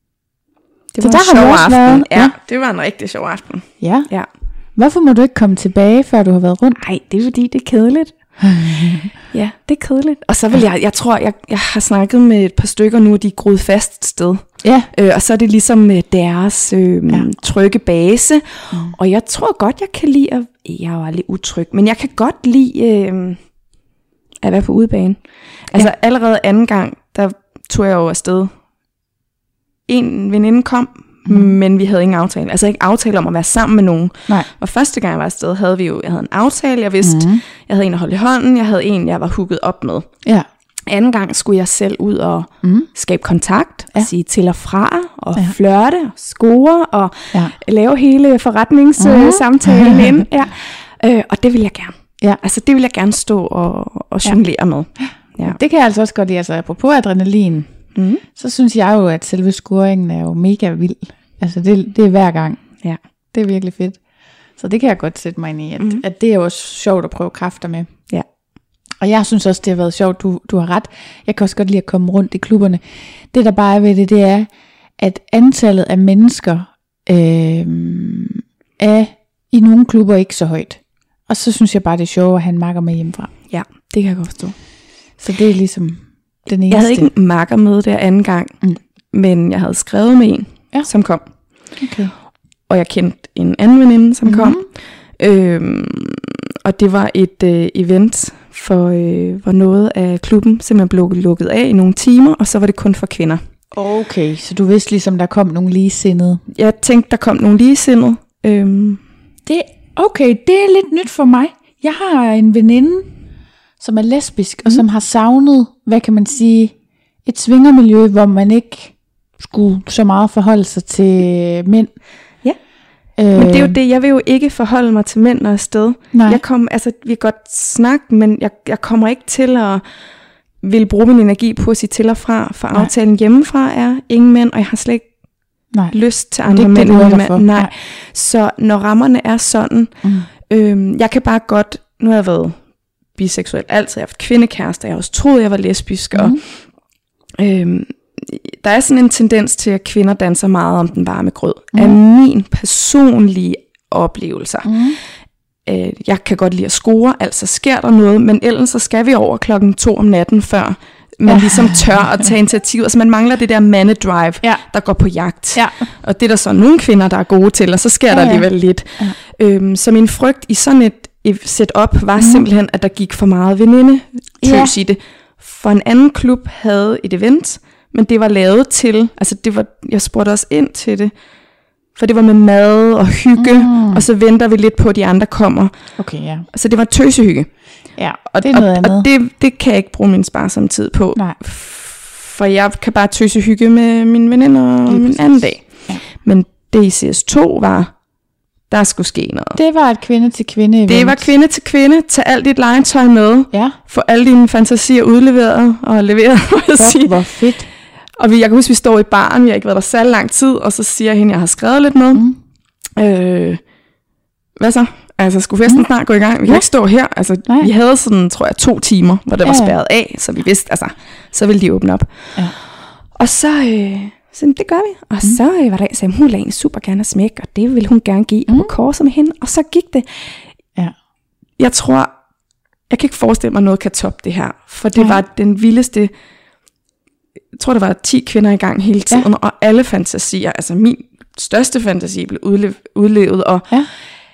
Det Så var der en har vi sjov også aften. været. Ja, Ja. det var en rigtig sjov aften. Ja. Ja. Hvorfor må du ikke komme tilbage, før du har været rundt? Nej, det er fordi, det er kedeligt. Ja, det er kedeligt. Og så vil jeg, jeg tror, jeg, jeg har snakket med et par stykker nu, og de er groet fast et sted. Ja. Øh, og så er det ligesom øh, deres øh, Ja. ja. trygge base. Mm. Og jeg tror godt, jeg kan lide at... Jeg er jo aldrig utryg, men jeg kan godt lide øh, at være på udebane. Altså Ja. allerede anden gang, der tog jeg jo afsted. En veninde kom, mm. men vi havde ingen aftale. Altså ikke aftale om at være sammen med nogen. Nej. Og første gang jeg var afsted, havde vi jo, jeg havde en aftale, jeg vidste, Mhm. mm. jeg havde en at holde i hånden, jeg havde en, jeg var hooket op med. Ja. Anden gang skulle jeg selv ud og Mm. skabe kontakt, Ja. ja. sige til og fra, og Ja. ja. flirte, og score, og Ja. lave hele forretningssamtalen Mhm. ind. Ja. Øh, og det vil jeg gerne. Ja. Altså det vil jeg gerne stå og, og jonglere med. Ja. Det kan jeg altså også godt lide. Altså, apropos adrenalin, Mm. så synes jeg jo, at selve scoringen er jo mega vild. Altså, det, det er hver gang. Ja. Det er virkelig fedt. Så det kan jeg godt sætte mig ind i, at, Mhm. mm. at det er jo også sjovt at prøve kræfter med. Ja. Og jeg synes også, det har været sjovt. Du, du har ret. Jeg kan også godt lide at komme rundt i klubberne. Det, der bare er ved det, det er, at antallet af mennesker øh, er i nogle klubber ikke så højt. Og så synes jeg bare, det er sjovt at have en makker med hjemmefra. Ja, det kan jeg godt forstå. Så det er ligesom den eneste. Jeg havde ikke en makker med der anden gang, Mm. men jeg havde skrevet med en, Ja. som kom. Okay. Og jeg kendte en anden veninde, som Mhm. kom. Øhm, og det var et øh, event, for, øh, hvor noget af klubben simpelthen blev lukket af i nogle timer, og så var det kun for kvinder. Okay, så du vidste ligesom, der kom nogle ligesindede. Jeg tænkte, der kom nogle ligesindede. Øhm. Det, okay, det er lidt nyt for mig. Jeg har en veninde, som er lesbisk, mm. og som har savnet, hvad kan man sige, et svingermiljø, hvor man ikke skulle så meget forholde sig til mænd. Ja, øh, men det er jo det, jeg vil jo ikke forholde mig til mænd når afsted. Nej. Jeg kom, altså, vi kan godt snakke, men jeg, jeg kommer ikke til at vil bruge min energi på at sige til og fra, for Nej. aftalen hjemmefra er ingen mænd, og jeg har slet ikke Nej. lyst til andre mænd. Det, Nej. Nej. Så når rammerne er sådan, mm. øhm, jeg kan bare godt, nu har jeg været biseksuel altid, jeg har haft kvindekærester, jeg har også troet, jeg var lesbisk, mm. og øhm, der er sådan en tendens til, at kvinder danser meget om den varme grød. Mm. Af min personlige oplevelser. Mm. Øh, jeg kan godt lide at score, altså sker der noget, men ellers så skal vi over klokken to om natten, før man ja. ligesom tør at tage initiativ. Altså man mangler det der mandedrive, ja. der går på jagt. Ja. Og det er der så nogle kvinder, der er gode til, og så sker ja, der alligevel lidt. Ja. Øhm, så min frygt i sådan et, et setup var mm. simpelthen, at der gik for meget veninde tøs ja. i det. For en anden klub havde et event, men det var lavet til, altså det var, jeg spurgte også ind til det, for det var med mad og hygge, mm. og så venter vi lidt på, at de andre kommer. Okay, ja. Så det var tøsehygge. Ja, og det er noget og, andet. Og det, det kan jeg ikke bruge min sparsomme tid på. Nej. For jeg kan bare tøsehygge med mine veninder en anden dag. Ja. Men det i C S to var, der skulle ske noget. Det var et kvinde til kvinde event. Det var kvinde til kvinde. Tag alt dit legetøj med. Ja. Få alle dine fantasier udleveret og leveret, må jeg sige. Hvor fedt. Og vi, jeg kan huske, vi står i baren, vi har ikke været der særlig lang tid, og så siger hende, jeg har skrevet lidt med. Mm. Øh, hvad så? Altså, skulle festen mm. snart gå i gang? Vi kan ja. ikke stå her. Altså, Nej. vi havde sådan, tror jeg, to timer, hvor det ja. var spærret af, så vi vidste, altså, så ville de åbne op. Ja. Og så, øh, så det gør vi. Og mm. så øh, var der en, så hun lagde en super gerne smæk, og det ville hun gerne give mm. på korset med hende. Og så gik det. Ja. Jeg tror, jeg kan ikke forestille mig, noget kan toppe det her, for det ja. var den vildeste. Jeg tror, der var ti kvinder i gang hele tiden, ja. og alle fantasier, altså min største fantasi blev udlevet, udlevet og ja.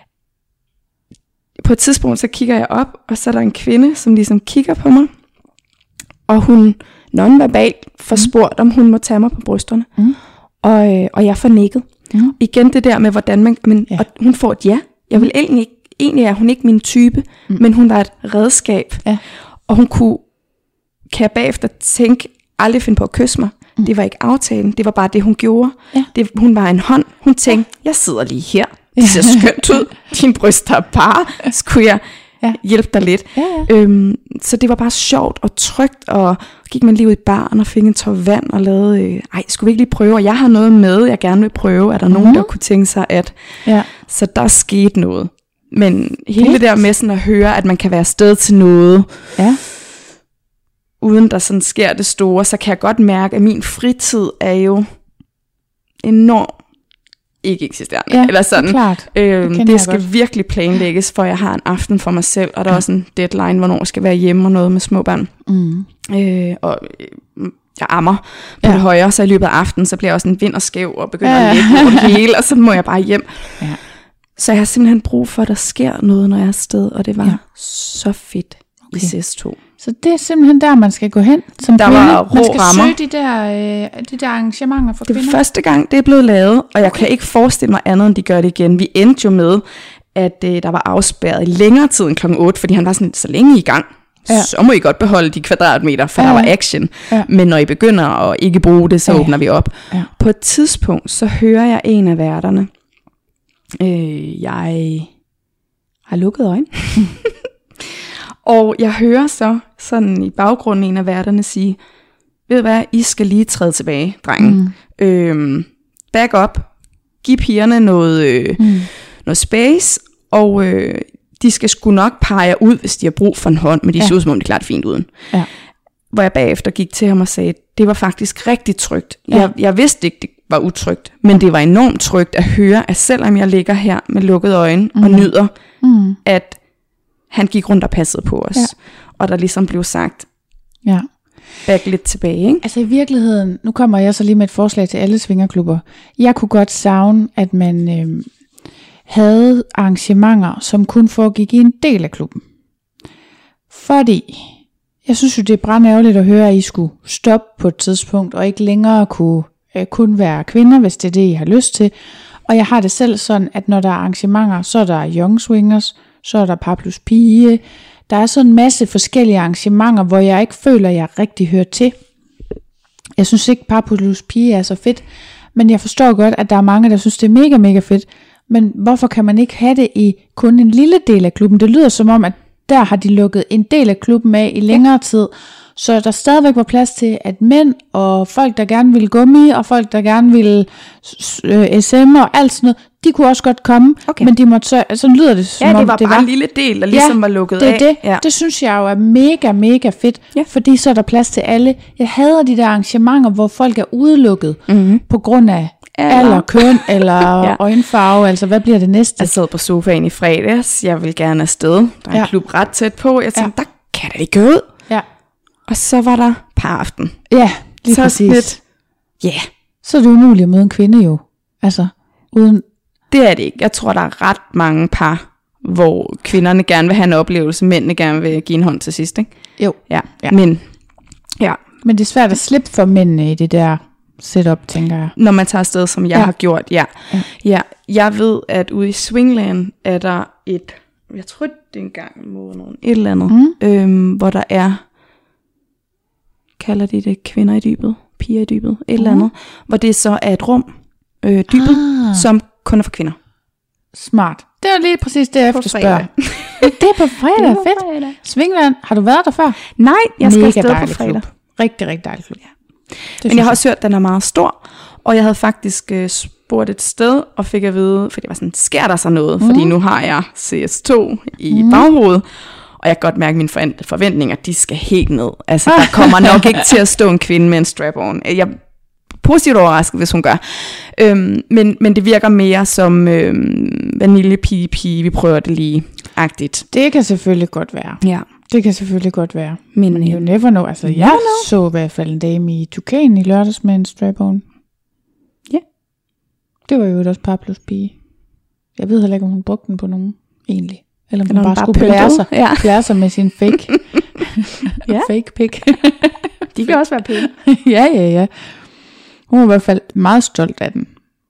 på et tidspunkt, så kigger jeg op, og så er der en kvinde, som ligesom kigger på mig, og hun nonverbalt får spurgt, om hun må tage mig på brysterne, mm. og, øh, og jeg får nikket. Mm. Igen det der med, hvordan man, men, ja. og hun får et ja. Jeg vil egentlig ikke, egentlig er hun ikke min type, mm. men hun var et redskab, ja. og hun kunne, kan jeg bagefter tænke, aldrig finde på at kysse mig. Mm. Det var ikke aftalen, det var bare det, hun gjorde. Ja. Det, hun var en hånd. Hun tænkte, ja. jeg sidder lige her. Det ser skønt ud. Din bryst er bare. Skulle jeg ja. hjælpe dig lidt? Ja, ja. Øhm, så det var bare sjovt og trygt, og gik man lige ud i baren og fik en tår vand og lavede, øh, ej, skulle vi ikke lige prøve? Og jeg har noget med, jeg gerne vil prøve. Er der mm-hmm. nogen, der kunne tænke sig, at... Ja. Så der skete noget. Men hele okay. det der med sådan at høre, at man kan være sted til noget... Ja. Uden der sådan sker det store, så kan jeg godt mærke, at min fritid er jo enormt ikke eksisterende. Ja, eller sådan. Klart. Øhm, det, det skal godt. virkelig planlægges, for jeg har en aften for mig selv, og der ja. er også en deadline, hvornår jeg skal være hjemme og noget med små børn. Mm. Øh, og øh, jeg ammer på ja. det højre, så i løbet af aftenen, så bliver jeg også en vind og skæv, og begynder ja. at lægge over det hele, og så må jeg bare hjem. Ja. Så jeg har simpelthen brug for, at der sker noget, når jeg er afsted, og det var ja. så fedt okay. i C S to. Så det er simpelthen der, man skal gå hen som der kvinde. Var rå man skal rammer. søge de der, øh, de der arrangementer for det kvinder. Det er første gang, det er blevet lavet, og jeg okay. kan ikke forestille mig andet, end de gør det igen. Vi endte jo med, at øh, der var afspærret i længere tid end klokken otte, fordi han var sådan, så længe I gang, ja. så må I godt beholde de kvadratmeter, for ja. der var action. Ja. Men når I begynder at ikke bruge det, så ja. åbner vi op. Ja. På et tidspunkt, så hører jeg en af værterne, øh, jeg har lukket øjne. Og jeg hører så sådan i baggrunden en af værterne sige, ved du hvad, I skal lige træde tilbage, drengen. Mm. Øhm, back up, giv pigerne noget, øh, mm. noget space, og øh, de skal sgu nok pege jer ud, hvis de har brug for en hånd, men de ja. ser ud som om de klarer det fint uden. Ja. Hvor jeg bagefter gik til ham og sagde, det var faktisk rigtig trygt. Ja. Jeg, jeg vidste ikke, det var utrygt, men det var enormt trygt at høre, at selvom jeg ligger her med lukkede øjne mm. og nyder, mm. at han gik rundt og passede på os. Ja. Og der ligesom blev sagt, ja. back lidt tilbage. Ikke? Altså i virkeligheden, nu kommer jeg så lige med et forslag til alle svingerklubber. Jeg kunne godt savne, at man øh, havde arrangementer, som kun foregik i en del af klubben. Fordi Jeg synes jo, det er brandærgerligt at høre, at I skulle stoppe på et tidspunkt, og ikke længere kunne øh, kun være kvinder, hvis det er det, I har lyst til. Og jeg har det selv sådan, at når der er arrangementer, så er der Young Swingers, så er der par plus pige. Der er sådan en masse forskellige arrangementer, hvor jeg ikke føler, at jeg rigtig hører til. Jeg synes ikke, par plus pige er så fedt, men jeg forstår godt, at der er mange, der synes, det er mega, mega fedt. Men hvorfor kan man ikke have det i kun en lille del af klubben? Det lyder som om, at der har de lukket en del af klubben af i længere tid, så der stadigvæk var plads til, at mænd og folk, der gerne ville gummi, og folk, der gerne ville øh, S M og alt sådan noget, de kunne også godt komme, okay. Men de måtte så, sådan lyder det som ja, det om, var det bare var en lille del, der ligesom ja, var lukket det er af. Det. Ja. Det synes jeg jo er mega, mega fedt, ja. Fordi så er der plads til alle. Jeg hader de der arrangementer, hvor folk er udelukket mm-hmm. på grund af eller. alder, køn eller ja. øjenfarve, altså hvad bliver det næste? Jeg sad på sofaen i fredags, jeg vil gerne afsted, der er ja. en klub ret tæt på, jeg tænkte, ja. der kan det ikke gå ud. Ja. Og så var der paraften. Ja, lige så præcis. Lidt, ja. Yeah. Så er det umuligt at møde en kvinde jo, altså uden... Det er det ikke. Jeg tror, der er ret mange par, hvor kvinderne gerne vil have en oplevelse, mændene gerne vil give en hånd til sidst, ikke? Jo. Ja, ja. Men, ja. Men det er svært at slippe for mændene i det der setup, tænker jeg. Når man tager afsted, som jeg ja. har gjort, ja. ja. Ja. Jeg ved, at ude i Swingland er der et, jeg tror, det er en gang om måneden, et eller andet, mm. øhm, hvor der er, kalder de det kvinder i dybet, piger i dybet, et mm. eller andet, hvor det så er et rum, øh, dybet, ah. som kun er for kvinder. Smart. Det er lige præcis det, jeg efterspørger. Det er på fredag, fedt. Fredag. Swingland, har du været der før? Nej, jeg skal Mega afsted på fredag. Klub. Rigtig, rigtig dejlig klub. Ja. Men jeg har også hørt, at den er meget stor, og jeg havde faktisk øh, spurgt et sted, og fik at vide, for det var sådan, sker der så noget? Mm. Fordi nu har jeg C S to i mm. baghovedet, og jeg kan godt mærke, at mine forventninger, de skal helt ned. Altså, der kommer nok ikke til at stå en kvinde med en strap-on. Jeg er positivt overrasket, hvis hun gør. Øhm, men, men det virker mere som øhm, vanilje-pige-pige, vi prøver det lige-agtigt. Det kan selvfølgelig godt være. Ja. Det kan selvfølgelig godt være. Men Men you never know. Altså, jeg know. så i hvert fald en dame i Tukan i lørdags med en strap-on. Ja. Det var jo også par plus pige. Jeg ved heller ikke, om hun brugte den på nogen, egentlig. Eller om hun Eller bare, bare skulle plære sig, ja. plære sig med sin fake, ja. fake pick. De kan også være pæne. ja, ja, ja. Hun var i hvert fald meget stolt af den.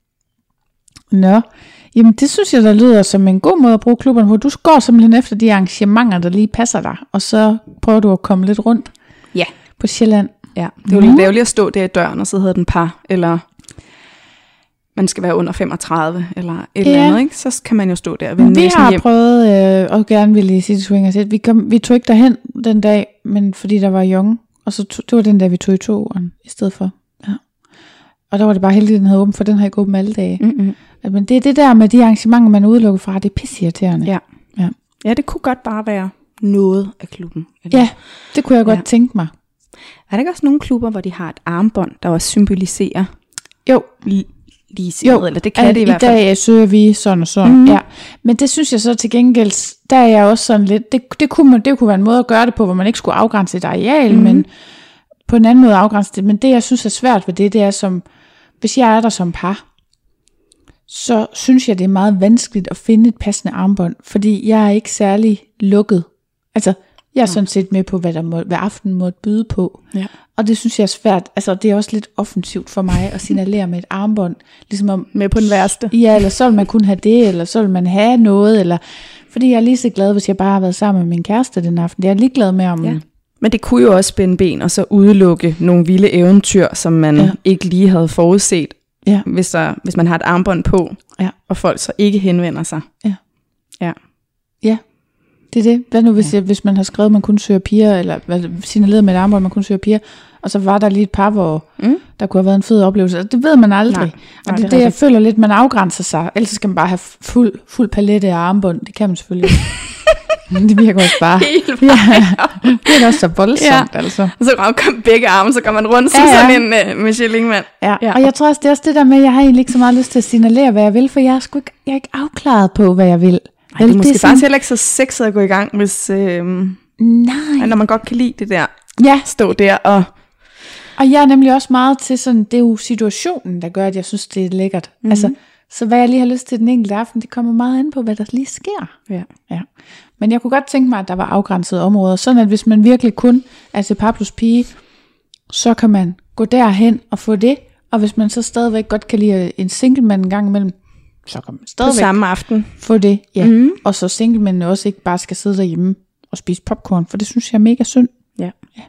Nå, jamen det synes jeg, der lyder som en god måde at bruge klubberne på. Du går simpelthen efter de arrangementer, der lige passer dig, og så prøver du at komme lidt rundt ja. på Sjælland. Ja, det er jo mm. lidt ærgerligt at stå der i døren, og så hedder den par, eller man skal være under femogtredive, eller et ja. eller andet, ikke? Så kan man jo stå der og vende Vi har hjem. prøvet, øh, og gerne ville i City Swingers, vi, kom, vi tog ikke derhen den dag, men fordi der var young, og så tog, det var den dag, vi tog i toeren i stedet for. Ja. Og der var det bare heldigt, at den havde åben, for den har ikke åben alle dage. Mm-hmm. Men det er det der med de arrangementer, man er udelukket fra, det er pisseirriterende. Ja. Ja. ja, det kunne godt bare være noget af klubben. Eller? Ja, det kunne jeg godt ja. tænke mig. Er der ikke også nogle klubber, hvor de har et armbånd, der også symboliserer jo. ligesindet, eller det kan al- det i, i hvert fald. I dag søger vi sådan og sådan, mm. ja. Men det synes jeg så til gengæld, der er jeg også sådan lidt, det, det, kunne man, det kunne være en måde at gøre det på, hvor man ikke skulle afgrænse et areal, mm. men på en anden måde afgrænse det. Men det jeg synes er svært ved det, det er som, hvis jeg er der som par, så synes jeg det er meget vanskeligt at finde et passende armbånd, fordi jeg er ikke særlig lukket. Altså, jeg er sådan set med på, hvad, der må, hvad aftenen måtte byde på. Ja. Og det synes jeg er svært. Altså, det er også lidt offensivt for mig at signalere med et armbånd. Ligesom om, med på den værste. Ja, eller så vil man kun have det, eller så vil man have noget. Eller, fordi jeg er lige så glad, hvis jeg bare har været sammen med min kæreste den aften. Jeg er lige glad med om... Ja. Men det kunne jo også spænde ben, og så udelukke nogle vilde eventyr, som man ja. ikke lige havde forudset. Ja. Hvis, der, hvis man har et armbånd på, ja. og folk så ikke henvender sig. Ja. Ja. Ja. Det er det. Hvad nu, hvis, ja. jeg, hvis man har skrevet, at man kun søger piger, eller signaleret med et armbånd, man kun søger piger, og så var der lige et par, hvor mm. der kunne have været en fed oplevelse. Det ved man aldrig. Nej. Og det er det, det jeg føler lidt, man afgrænser sig. Ellers skal man bare have fuld, fuld palette af armbånd. Det kan man selvfølgelig. Men det virker også bare. Helt ja. Det er også så voldsomt, ja. altså. Og så kommer begge arme, så går man rundt som ja, ja. sådan en uh, Michelin-mand. Ja. ja, og jeg tror også, det er også det der med, at jeg har egentlig ikke så meget lyst til at signalere, hvad jeg vil, for jeg er, sgu ikke, jeg er ikke afklaret på, hvad jeg vil. Ej, det er måske det er sådan... faktisk heller ikke så sexet at gå i gang, hvis, øh, Nej. når man godt kan lide det der. Ja. Stå der og... Og jeg er nemlig også meget til sådan, det er jo situationen, der gør, at jeg synes, det er lækkert. Mm-hmm. Altså, Så hvad jeg lige har lyst til den enkelte aften, det kommer meget an på, hvad der lige sker. Ja. Ja. Men jeg kunne godt tænke mig, at der var afgrænsede områder, sådan at hvis man virkelig kun er til par plus pige, så kan man gå derhen og få det, og hvis man så stadigvæk godt kan lide en singlemand en gang imellem, så kan man stadigvæk på samme aften få det. Ja. Mm. Og så singlemændene også ikke bare skal sidde derhjemme og spise popcorn, for det synes jeg er mega synd. Ja. Ja.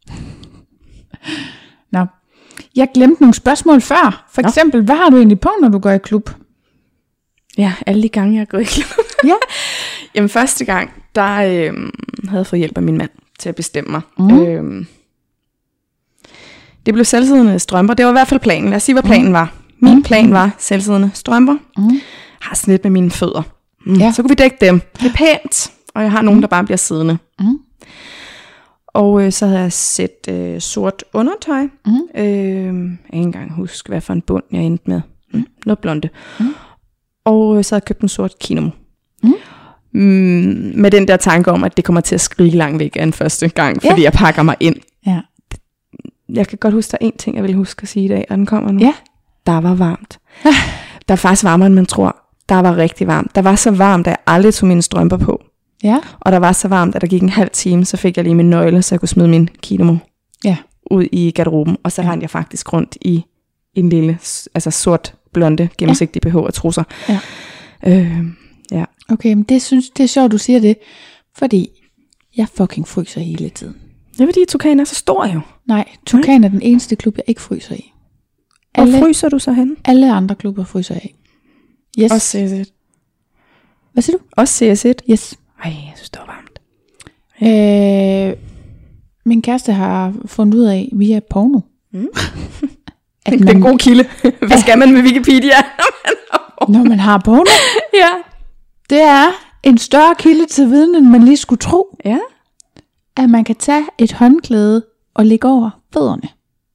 Nå. Jeg glemte nogle spørgsmål før. For eksempel, hvad har du egentlig på, når du går i klub? Ja, alle de gange, jeg er gået i klub. Ja. Jamen, første gang, der øh, havde jeg fået hjælp af min mand til at bestemme mig. Mm. Øh, det blev selvsiddende strømper. Det var i hvert fald planen. Lad os sige, hvad planen var. Min plan var selvsiddende strømper. Mm. Har snit med mine fødder. Mm. Ja. Så kunne vi dække dem. Det er pænt. Og jeg har nogen, der bare bliver siddende. Mm. Og øh, så havde jeg set øh, sort undertøj. Mm. Øh, jeg kan ikke engang huske, hvad for en bund jeg endte med. Mm. Noget blonde. Mm. Og øh, så havde jeg købt en sort kimono. Mm. Mm, med den der tanke om, at det kommer til at skrige langt væk af en første gang, fordi ja. jeg pakker mig ind. Ja. Jeg kan godt huske, der er en ting, jeg vil huske at sige i dag, og den kommer nu. Ja. Der var varmt. Der er faktisk varmere, end man tror. Der var rigtig varmt. Der var så varmt, at jeg aldrig tog mine strømper på. Ja. Og der var så varmt, at der gik en halv time, så fik jeg lige min nøgle, så jeg kunne smide min kimono ja. ud i garderoben. Og så ja. rendte jeg faktisk rundt i en lille, altså sort, blonde, gennemsigtig ja. B H og trusser. Ja. Øh, ja. Okay, men det synes det er sjovt, du siger det, fordi jeg fucking fryser hele tiden. Det er fordi, Tukan er så stor jo. Nej, Tukan er den eneste klub, jeg ikke fryser i. Alle, hvor fryser du så hen? Alle andre klubber fryser jeg i. Yes. Også C S et. Hvad siger du? Også C S et? Yes. Ej, jeg synes, det var varmt. Ja. Øh, min kæreste har fundet ud af via porno. Mm. at det er man, en god kilde. Hvad skal man med Wikipedia, når man har porno? Ja. Det er en større kilde til viden, end man lige skulle tro. Ja. At man kan tage et håndklæde og lægge over fødderne.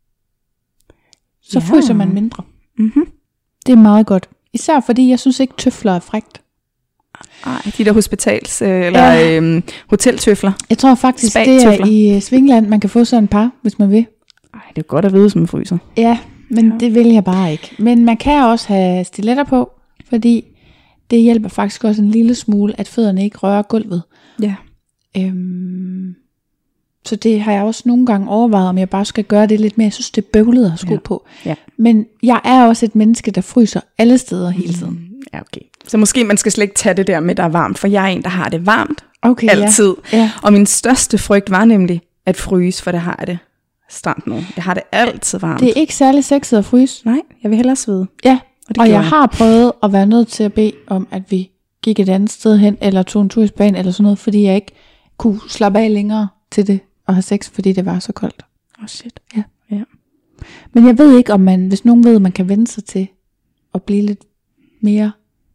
Så ja. fryser man mindre. Mm-hmm. Det er meget godt. Især fordi jeg synes ikke tøfler er frækt. Ej, de der hospitals, eller ja. øhm, hoteltøfler. Jeg tror faktisk, det er i Svingland, man kan få sådan en par, hvis man vil. Ej, det er godt at vide, som man fryser. Ja, men ja. det vil jeg bare ikke. Men man kan også have stiletter på, fordi det hjælper faktisk også en lille smule, at fødderne ikke rører gulvet. Ja. Øhm, så det har jeg også nogle gange overvejet, om jeg bare skal gøre det lidt mere. Jeg synes, det er bøvlet at have sko ja. på. Ja. Men jeg er også et menneske, der fryser alle steder hele tiden. Mm, ja, okay. Så måske man skal slet ikke tage det der med, der er varmt, for jeg er en, der har det varmt okay, altid. Ja. Ja. Og min største frygt var nemlig at fryse, for det har jeg det stramt nu. Jeg har det altid varmt. Det er ikke særlig sexet at fryse. Nej, jeg vil hellere svede. Ja, og, og jeg, jeg har prøvet at være nødt til at bede om, at vi gik et andet sted hen, eller tog en tur i Spanien, eller sådan noget, fordi jeg ikke kunne slappe af længere til det og have sex, fordi det var så koldt. Åh oh shit. Ja. Ja. Men jeg ved ikke, om man, hvis nogen ved, man kan vende sig til at blive lidt mere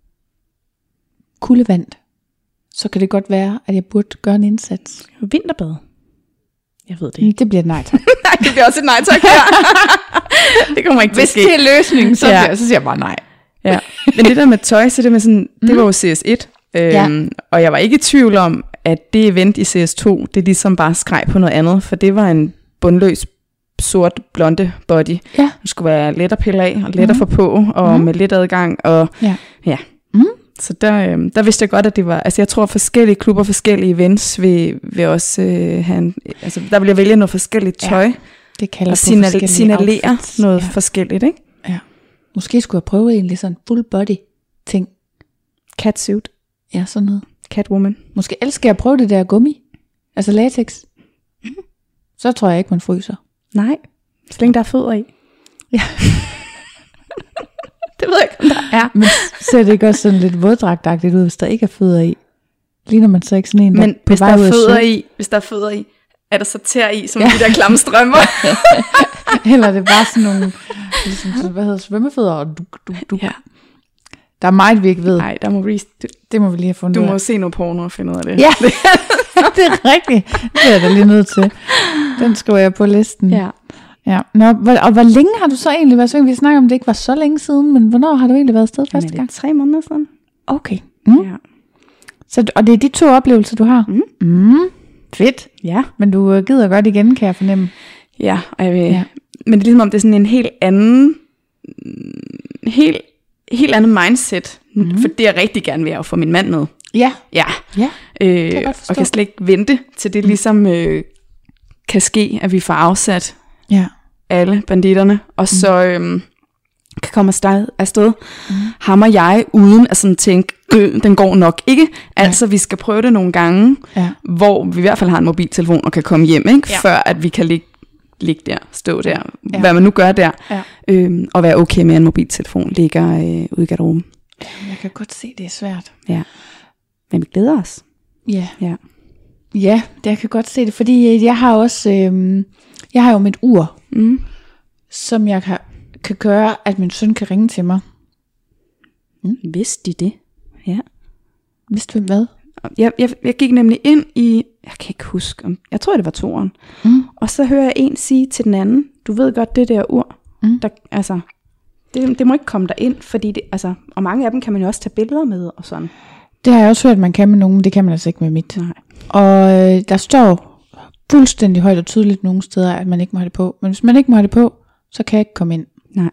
kuldevandt, så kan det godt være, at jeg burde gøre en indsats. Vinterbad. Jeg ved det ikke. Det bliver et nej tak. Nej, det bliver også et nej tak her. Det kommer ikke til at ske. Hvis det er løsningen, så, ja. bliver, så siger jeg bare nej. Ja. Men det der med tøj, så det med sådan, mm. det var jo C S et. Øhm, ja. Og jeg var ikke i tvivl om, at det event i C S to, det ligesom bare skreg på noget andet, for det var en bundløs sort blonde body. Ja. Det skulle være let at pille af, og let at få på, og mm. med lidt adgang, og ja. ja. Mm. Så der, øh, der vidste jeg godt, at det var, altså jeg tror forskellige klubber, forskellige events vil, vil også øh, have en, altså der vil jeg vælge noget forskelligt tøj, ja. Det kalder og signal- signalere outfits. Noget ja. forskelligt, ikke? Ja. Måske skulle jeg prøve egentlig sådan full body ting. Catsuit. Ja, sådan noget. Catwoman. Måske ellers skal jeg prøve det der gummi. Altså latex. Mm. Så tror jeg ikke, man fryser. Nej, så længe der er fødder i. Ja. Det ved jeg ikke, om der er. Men ser det ikke også sådan lidt våddragtagtigt ud, hvis der ikke er fødder i? Ligner man så ikke sådan en, der Men på hvis vej der ud er af fødder sø? i, hvis der er fødder i, er der så tær i, som ja. de der klamme strømper? Eller er det bare sådan nogle, ligesom, hvad hedder svømmefødder? Og du, du, du. Ja. Der er meget, vi ikke ved. Nej, der må vi, du, det må vi lige have fundet Du ud må af. se noget porno og finde ud af det. Ja, det er rigtigt. Det er jeg da lige nødt til. Den skriver jeg på listen. Ja. Ja. Nå, og hvor længe har du så egentlig været sving? Vi snakker om, det ikke var så længe siden, men hvornår har du egentlig været afsted første gang? Tre måneder siden. Okay. Mm. Ja. Så, og det er de to oplevelser, du har? Mm. Mm. Fedt. Ja. Men du gider godt igen, kan jeg fornemme. Ja, og jeg vil, ja. men det er ligesom om, det er sådan en helt anden, helt helt andet mindset, mm. for det jeg rigtig gerne vil, er at få min mand med. Ja. Ja. Ja. Øh, kan og kan slet ikke vente til det ligesom øh, kan ske, at vi får afsat ja. alle banditterne, og mm. så øh, kan komme afsted, afsted. Mm. ham og jeg, uden at sådan tænke, øh, den går nok ikke. Altså, ja. vi skal prøve det nogle gange, ja. hvor vi i hvert fald har en mobiltelefon og kan komme hjem, ikke? Ja. Før at vi kan ligge, ligge der, stå der, ja. hvad man nu gør der, ja. øhm, og være okay med, at en mobiltelefon ligger øh, ude i garderoben. Jeg kan godt se, det er svært. Ja, men vi glæder os. Ja, ja, ja det, jeg kan godt se det, fordi jeg har også, øh, jeg har jo mit ur, mm. som jeg kan, kan gøre, at min søn kan ringe til mig. Mm. Vidste de det? Ja. Vidste du hvad? Jeg, jeg, jeg gik nemlig ind i, jeg kan ikke huske, om, jeg tror det var toeren, mm. og så hører jeg en sige til den anden, du ved godt det der ur, mm. der, altså, det, det må ikke komme der ind, fordi det, altså, og mange af dem kan man jo også tage billeder med og sådan. Det har jeg også hørt, at man kan med nogen, det kan man altså ikke med mit. Nej. Og øh, der står fuldstændig højt og tydeligt nogle steder, at man ikke må have det på, men hvis man ikke må have det på, så kan jeg ikke komme ind. Nej.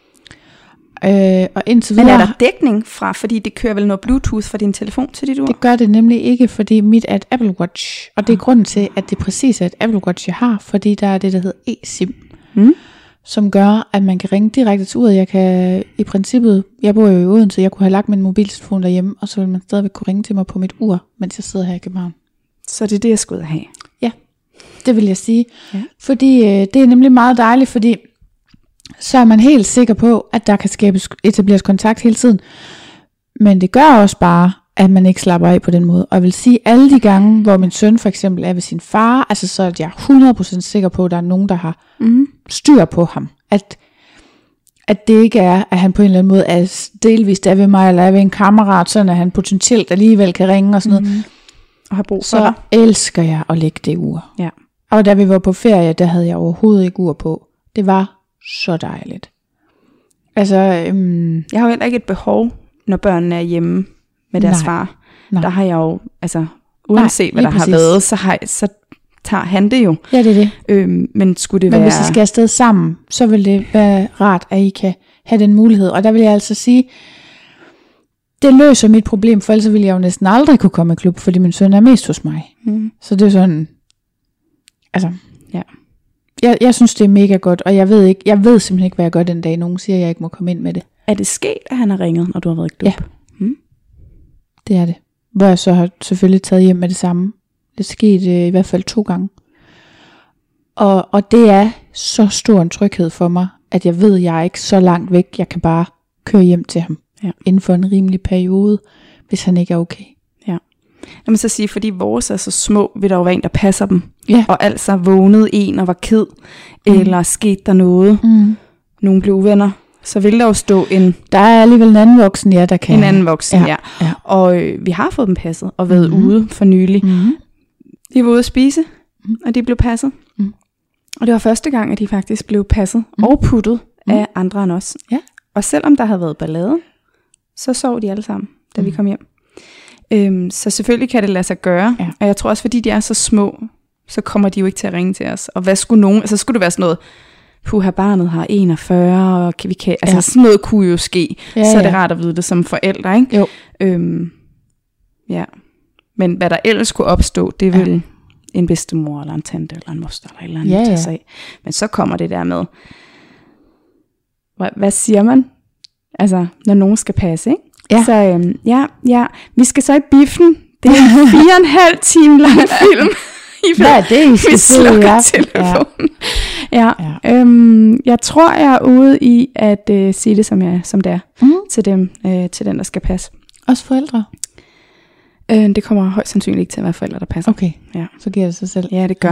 Øh, og indtil videre, men er der dækning fra, fordi det kører vel noget Bluetooth fra din telefon til dit ur? Det gør det nemlig ikke, fordi mit er et Apple Watch, og det er grunden til, at det præcis er et Apple Watch, jeg har, fordi der er det, der hedder eSIM, mm. som gør, at man kan ringe direkte til uret. Jeg kan i princippet, jeg bor jo i Odense, jeg kunne have lagt min mobiltelefon derhjemme, og så vil man stadigvæk kunne ringe til mig på mit ur, mens jeg sidder her i København. Så det er det, jeg skal ud og have? Ja, det vil jeg sige. Ja. Fordi øh, det er nemlig meget dejligt, fordi så er man helt sikker på, at der kan skabes, etableres kontakt hele tiden. Men det gør også bare, at man ikke slapper af på den måde. Og jeg vil sige, alle de gange, hvor min søn for eksempel er ved sin far, altså så er jeg hundrede procent sikker på, at der er nogen, der har mm. styr på ham. At, at det ikke er, at han på en eller anden måde er delvist er ved mig, eller er ved en kammerat, sådan at han potentielt alligevel kan ringe og sådan noget. Mm. Og har brug for så dig. Elsker jeg at lægge det ur. Ja. Og da vi var på ferie, der havde jeg overhovedet ikke ur på. Det var så dejligt. Altså, øhm, jeg har jo heller ikke et behov, når børnene er hjemme med deres nej, far. Nej. Der har jeg jo, altså, uanset nej, hvad der præcis. har været, så, har, så tager han det jo. Ja, det er det. Øhm, men skulle det men være... hvis I skal afsted sammen, så vil det være rart, at I kan have den mulighed. Og der vil jeg altså sige, det løser mit problem, for ellers ville jeg jo næsten aldrig kunne komme i klub, fordi min søn er mest hos mig. Mm. Så det er sådan, altså, ja. Jeg, jeg synes, det er mega godt, og jeg ved ikke, jeg ved simpelthen ikke, hvad jeg gør den dag. Nogen siger, at jeg ikke må komme ind med det. Er det sket, at han har ringet, når du har været i klub? Ja, hmm? det er det. Hvor jeg så har selvfølgelig taget hjem med det samme. Det er sket øh, i hvert fald to gange. Og, og det er så stor en tryghed for mig, at jeg ved, at jeg er ikke så langt væk. Jeg kan bare køre hjem til ham ja. inden for en rimelig periode, hvis han ikke er okay. Ja. Jeg må så sige, fordi vores er så små, vil der jo være en, der passer dem. Ja. Og altså vågnede en og var ked, mm. eller skete der noget, mm. nogen blev uvenner, så vil der jo stå en... Der er alligevel en anden voksen, ja, der kan... En anden voksen, ja. ja. ja. Og øh, vi har fået dem passet, og været mm. ude for nylig. Mm. De var ude at spise, mm. og de blev passet. Mm. Og det var første gang, at de faktisk blev passet mm. og puttet mm. af andre end os. Ja. Og selvom der havde været ballade, så sov de alle sammen, da mm. vi kom hjem. Øhm, så selvfølgelig kan det lade sig gøre, ja. Og jeg tror også, fordi de er så små, så kommer de jo ikke til at ringe til os. Og hvad skulle nogen, altså skulle det være sådan noget, puha, barnet har enogfyrre, og kan vi kan, altså ja. sådan noget kunne jo ske, ja, så er det ja. rart at vide det som forældre, ikke? Jo. Øhm, ja. Men hvad der ellers kunne opstå, det vil ja. en bedstemor, eller en tante, eller en moster, eller et eller andet ja, ja. tage sig af. Men så kommer det der med, hvad, hvad siger man? Altså, når nogen skal passe, ikke? Ja. Så øhm, ja, ja, vi skal så i biffen. Det er en fire og en halv time lang film. I Hvad er det, I skal vi slukker ja. telefonen. Ja, ja. ja. Øhm, jeg tror, jeg er ude i at øh, sige det, som, jeg, som det er mm. til, dem, øh, til den, der skal passe. Også forældre? Øh, det kommer højst sandsynligt ikke til at være forældre, der passer. Okay, ja. Så giver det sig selv. Ja, det gør.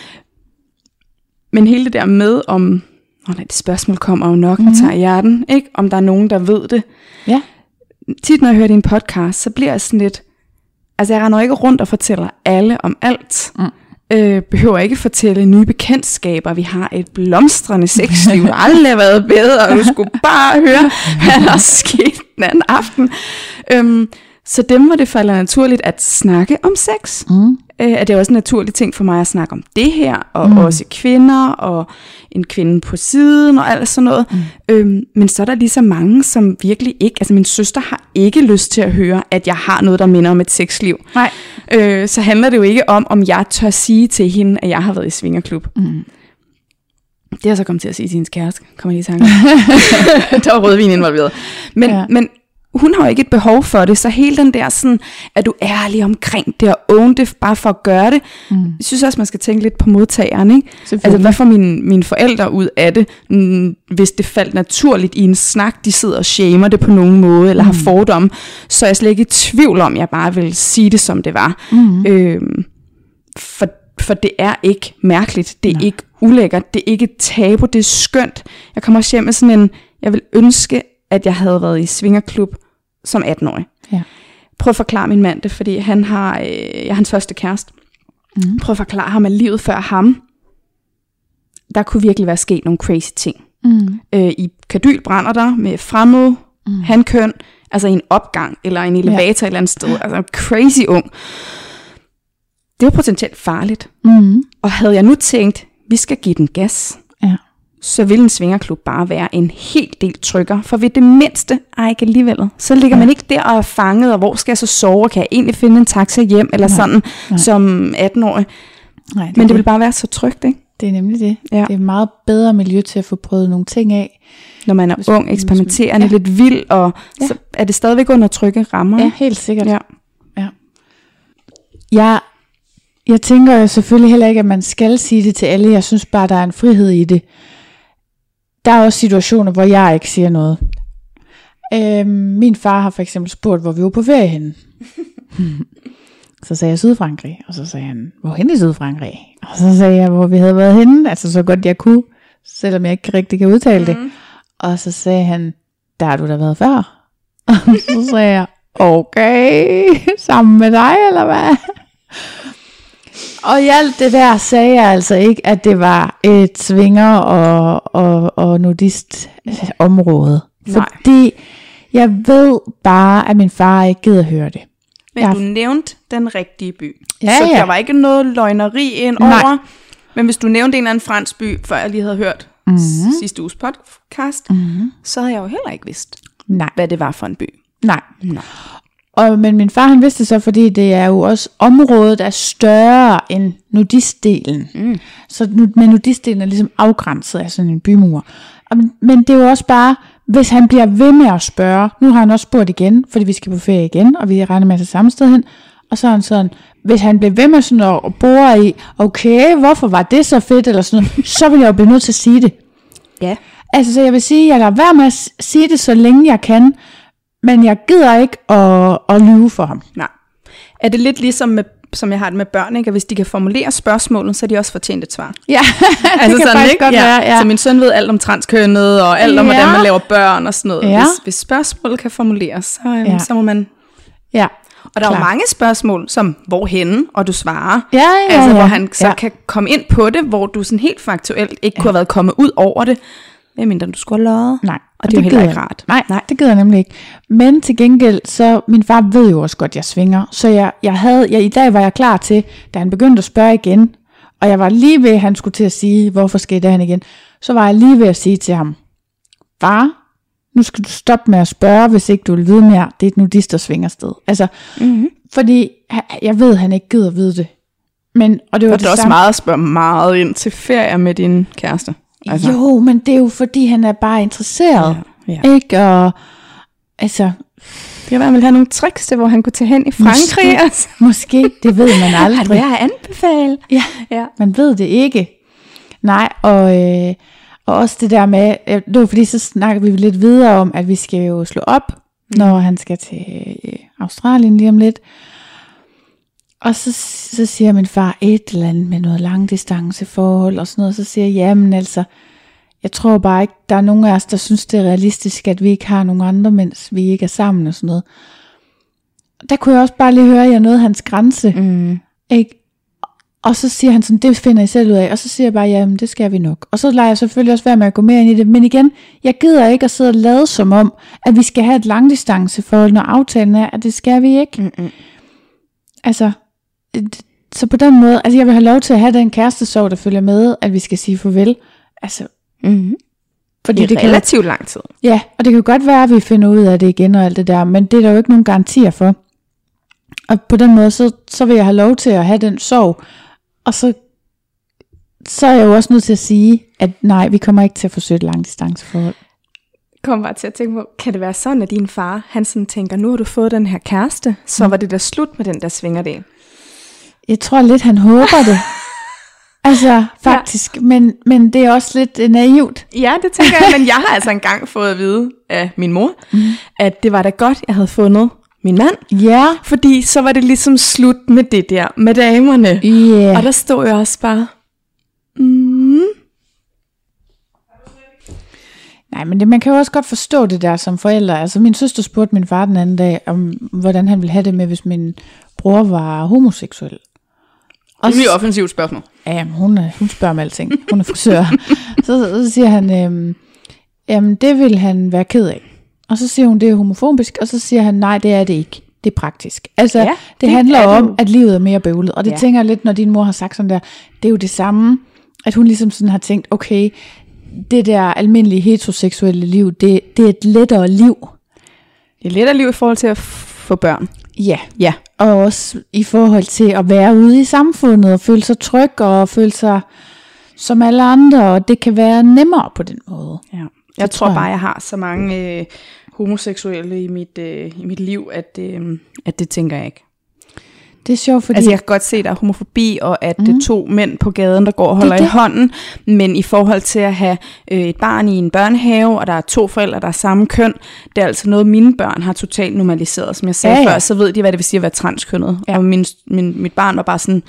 Men hele det der med, om... Åh nej, det spørgsmål kommer jo nok, mm-hmm. og tager hjerten, ikke? Om der er nogen, der ved det. Ja. Tit når jeg hører din podcast, så bliver jeg sådan lidt, altså jeg render ikke rundt og fortæller alle om alt. Mm. Øh, behøver ikke fortælle nye bekendtskaber. Vi har et blomstrende sexliv, der aldrig har været bedre, og du skulle bare høre, hvad der er sket den anden aften. Øhm, Så dem, hvor det falder naturligt at snakke om sex, Mm. øh, er det også en naturlig ting for mig at snakke om det her, og Mm. mm. også kvinder, og en kvinde på siden, og alt sådan noget. Mm. Øhm, men så er der lige så mange, som virkelig ikke, altså min søster har ikke lyst til at høre, at jeg har noget, der minder om et sexliv. Nej. Øh, så handler det jo ikke om, om jeg tør sige til hende, at jeg har været i svingerklub. Mm. Det er jeg så kommet til at sige til hendes kæreste, kommer jeg lige i tanke. Der var rødvin involveret. Men, Ja. ja. men hun har jo ikke et behov for det, så hele den der sådan, at du er ærlig omkring det, og own det, bare for at gøre det. Mm. Jeg synes også, man skal tænke lidt på modtageren, ikke? Altså, hvad får mine, mine forældre ud af det, mm, hvis det faldt naturligt i en snak, de sidder og shamer det på nogen måde, eller mm. har fordomme, så er jeg slet ikke i tvivl om, jeg bare vil sige det, som det var. Mm. Øhm, for, for det er ikke mærkeligt, det er Nej. ikke ulækkert, det er ikke et tabu, det er skønt. Jeg kommer også hjem med sådan en, jeg vil ønske, at jeg havde været i svingerklub som atten-årig. Ja. Prøv at forklare min mand det, fordi han har, øh, jeg er hans første kæreste. Mm. Prøv at forklare ham, at livet før ham, der kunne virkelig være sket nogle crazy ting. Mm. Øh, I kadyl brænder der med fremmede, mm. hankøn, altså i en opgang, eller en elevator ja. et eller andet sted. Altså crazy ung. Det var potentielt farligt. Mm. Og havde jeg nu tænkt, vi skal give den gas, ja. så vil en svingerklub bare være en helt del trykker. For ved det mindste, ej ikke alligevel, så ligger ja. man ikke der og er fanget, og hvor skal jeg så sove, kan jeg egentlig finde en taxa hjem, eller nej. sådan, nej. som atten-årig. Nej, det Men det, det vil bare være så trygt, ikke? Det er nemlig det. Ja. Det er et meget bedre miljø til at få prøvet nogle ting af. Når man er Hvis ung, eksperimenterende, ja. lidt vild, og ja. så er det stadigvæk under trygge rammer. Ja, helt sikkert. Ja. Ja. Jeg, jeg tænker jo selvfølgelig heller ikke, at man skal sige det til alle. Jeg synes bare, der er en frihed i det. Der er også situationer, hvor jeg ikke siger noget. Øhm, min far har for eksempel spurgt, hvor vi var på ferie henne. Så sagde jeg Sydfrankrig, og så sagde han, hvor hen i Sydfrankrig? Og så sagde jeg, hvor vi havde været henne, altså så godt jeg kunne, selvom jeg ikke rigtig kan udtale det. Mm. Og så sagde han, der har du da været før. Og så sagde jeg, okay, sammen med dig, eller hvad? Og i alt det der sagde jeg altså ikke, at det var et svinger- og, og, og nudist område. Nej. Fordi jeg ved bare, at min far ikke gider høre det. Men jeg... du nævnte den rigtige by. Ja, så ja. der var ikke noget løgneri ind over. Men hvis du nævnte en eller anden fransk by, før jeg lige havde hørt mm-hmm. sidste uges podcast, mm-hmm. så havde jeg jo heller ikke vidst, Nej. hvad det var for en by. Nej. Nej. Og, men min far han vidste så, fordi det er jo også området er større end nudistdelen. Mm. Så men nudistdelen er ligesom afgrænset af sådan en bymur. Men, men det er jo også bare, hvis han bliver ved med at spørge, nu har han også spurgt igen, fordi vi skal på ferie igen, og vi regner med at tage samme sted hen, og så er han sådan, hvis han bliver ved med sådan at bore i, okay, hvorfor var det så fedt, eller sådan noget, så vil jeg jo blive nødt til at sige det. Ja. Altså, så jeg vil sige, jeg lader være med at sige det, så længe jeg kan, men jeg gider ikke at, at lyve for ham. Nej. Er det lidt ligesom, med, som jeg har det med børn, ikke? At hvis de kan formulere spørgsmålet, så er de også fortjent et svar? Ja, det altså kan sådan, faktisk ikke? godt Ja. være. Ja. Så min søn ved alt om transkønnet, og alt om, ja. hvordan man laver børn og sådan noget. Ja. Hvis, hvis spørgsmålet kan formuleres, så, øhm, ja. så må man... Ja. Og der Klar. er jo mange spørgsmål, som hvorhenne, og du svarer. Ja, ja, altså, ja. hvor han så ja. kan komme ind på det, hvor du sådan helt faktuelt ikke ja. kunne have været kommet ud over det. Hvad mindre du skulle have løjet? Nej. Og det er jo heller ikke rart. Nej, Nej, det gider jeg nemlig ikke. Men til gengæld, så min far ved jo også godt, at jeg svinger. Så jeg, jeg havde, jeg, i dag var jeg klar til, da han begyndte at spørge igen, og jeg var lige ved, at han skulle til at sige, hvorfor skete det han igen, så var jeg lige ved at sige til ham, far, nu skal du stoppe med at spørge, hvis ikke du vil vide mere, det er et nudist- og svingersted. Altså, mm-hmm. fordi jeg ved, at han ikke gider vide det. Men, og det var og det er også meget at spørge meget ind til ferie med din kæreste. Altså. Jo, men det er jo fordi, han er bare interesseret. Ja, ja. Ikke? Og, altså, det kan være, han vil have nogle tricks til, hvor han kunne tage hen i Frankrig. Måske, altså. måske det ved man aldrig. Han vil jeg anbefale. Ja, ja, man ved det ikke. Nej, og, øh, og også det der med, det var fordi, så snakker vi lidt videre om, at vi skal jo slå op, mm. når han skal til Australien lige om lidt. Og så, så siger min far et eller andet med noget langdistanceforhold og sådan noget. Så siger jeg, jamen altså, jeg tror bare ikke, der er nogen af os, der synes, det er realistisk, at vi ikke har nogen andre, mens vi ikke er sammen og sådan noget. Der kunne jeg også bare lige høre, at jeg nåede hans grænse. Mm. Ikke? Og så siger han sådan, det finder I selv ud af. Og så siger jeg bare, jamen det skal vi nok. Og så lader jeg selvfølgelig også være med at gå mere ind i det. Men igen, jeg gider ikke at sidde og lade som om, at vi skal have et langdistanceforhold, når aftalen er, at det skal vi ikke. Mm-mm. Altså, så på den måde, altså jeg vil have lov til at have den kærestesorg, der følger med, at vi skal sige farvel. Altså, mm-hmm. fordi det, det kan relativt lang tid. Ja, og det kan jo godt være, at vi finder ud af det igen og alt det der, men det er der jo ikke nogen garantier for. Og på den måde, så, så vil jeg have lov til at have den sorg. Og så, så er jeg jo også nødt til at sige, at nej, vi kommer ikke til at forsøge et langdistanceforhold. Jeg kom bare til at tænke på, kan det være sådan, at din far, han sådan tænker, nu har du fået den her kæreste, så var det da slut med den der svingerdel? Jeg tror lidt, han håber det. Altså, faktisk. Ja. Men, men det er også lidt naivt. Ja, det tænker jeg, men jeg har altså engang fået at vide af min mor, mm. at det var da godt, jeg havde fundet min mand. Ja. Fordi så var det ligesom slut med det der, med damerne. Yeah. Og der stod jeg også bare, mm. Nej, men det, man kan jo også godt forstå det der som forældre. Altså min søster spurgte min far den anden dag, om hvordan han ville have det med, hvis min bror var homoseksuel. Og det er et offensivt spørgsmål. Ja, hun, hun spørger om alting. Hun er frisør. så, så siger han, øhm, jamen det vil han være ked af. Og så siger hun, det er homofobisk. Og så siger han, nej, det er det ikke. Det er praktisk. Altså, ja, det, det handler om, du. At livet er mere bøvlet. Og det ja. Tænker jeg lidt, når din mor har sagt sådan der, det er jo det samme, at hun ligesom sådan har tænkt, okay, det der almindelige heteroseksuelle liv, det, det er et lettere liv. Det er et lettere liv i forhold til at få børn. Ja. Ja. Og også i forhold til at være ude i samfundet, og føle sig tryg, og føle sig som alle andre, og det kan være nemmere på den måde. Ja. Jeg tror, tror jeg. bare, jeg har så mange øh, homoseksuelle i mit, øh, i mit liv, at, øh, at det tænker jeg ikke. Det er sjovt, fordi... Altså jeg kan godt se, at der er homofobi, og at mm. det er to mænd på gaden, der går og holder det, det. i hånden. Men i forhold til at have øh, et barn i en børnehave, og der er to forældre, der er samme køn, det er altså noget, mine børn har totalt normaliseret. Som jeg sagde ja, ja. før, så ved de, hvad det vil sige at være transkønnet. Ja. Og min, min, mit barn var bare sådan...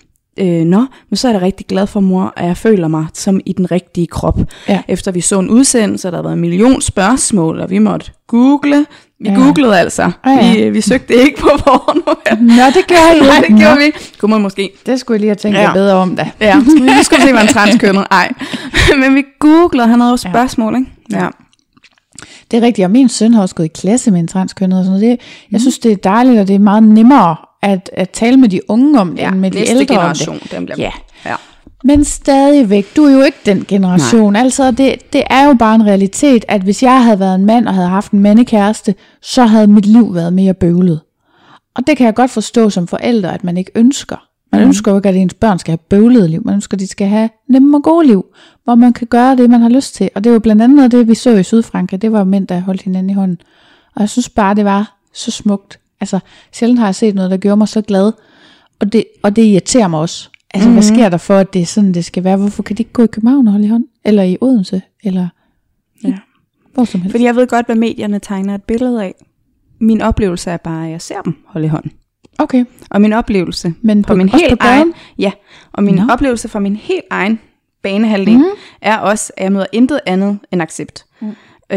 Øh, nå, men så er jeg rigtig glad for, mor, at jeg føler mig som i den rigtige krop. Ja. Efter vi så en udsendelse, der har været en million spørgsmål, og vi måtte google. Vi ja. googlede altså. Ja, ja. Vi, vi søgte ikke på porno. Nå, det gjorde I. Nej, det gjorde vi. Kunne man måske. Det skulle jeg lige have tænkt ja. bedre om da. Ja, vi skulle se, hvad en transkønnet. Nej. Men vi googlede, han havde også spørgsmål, ja. ikke? Ja. Det er rigtigt, og min søn har også gået i klasse med en transkønnet. Og sådan noget. Det, jeg synes, det er dejligt, og det er meget nemmere at, at tale med de unge om det, ja, end med de ældre generation, om det. Den bliver... Ja. ja. Men stadigvæk, du er jo ikke den generation. Nej. Altså, det, det er jo bare en realitet, at hvis jeg havde været en mand og havde haft en mandekæreste, så havde mit liv været mere bøvlet. Og det kan jeg godt forstå som forælder, at man ikke ønsker. Man mm. ønsker jo ikke, at ens børn skal have bøvlet liv. Man ønsker, at de skal have nemme og gode liv, hvor man kan gøre det, man har lyst til. Og det var blandt andet noget det, vi så i Sydfrankrig. Det var mænd, der holdt hinanden i hånden. Og jeg synes bare, det var så smukt. Altså, sjældent har jeg set noget, der gjorde mig så glad. Og det, og det irriterer mig også. Altså, mm-hmm. hvad sker der for, at det er sådan, det skal være? Hvorfor kan de ikke gå i København og holde i hånd? Eller i Odense? Eller ja. hvor som helst? Fordi jeg ved godt, hvad medierne tegner et billede af. Min oplevelse er bare, at jeg ser dem holde i hånden. Okay. Og min oplevelse Men på, på min helt egen, ja, og min no. oplevelse fra min helt egen banehalvdel mm. er også, at jeg møder intet andet end accept. Mm. Øh,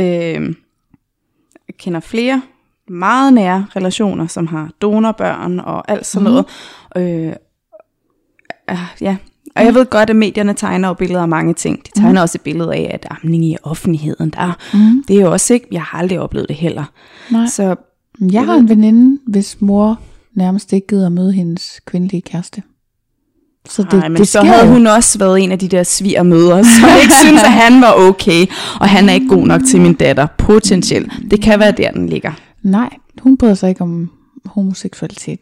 jeg kender flere meget nære relationer, som har donorbørn og alt sådan mm. noget. Øh, øh, ja. Og jeg ved godt, at medierne tegner jo billeder af mange ting. De tegner mm. også et billede af, at amning i offentligheden, der, mm. det er jo også ikke, jeg har aldrig oplevet det heller. Nej. Så, jeg, jeg har en veninde, hvis mor nærmest ikke gider at møde hendes kvindelige kæreste. Så det, Ej, men det så havde hun også været en af de der svigermødre, som ikke synes, at han var okay, og han er ikke god nok til min datter, potentielt. Det kan være der, den ligger. Nej, hun bryder sig ikke om homoseksualitet.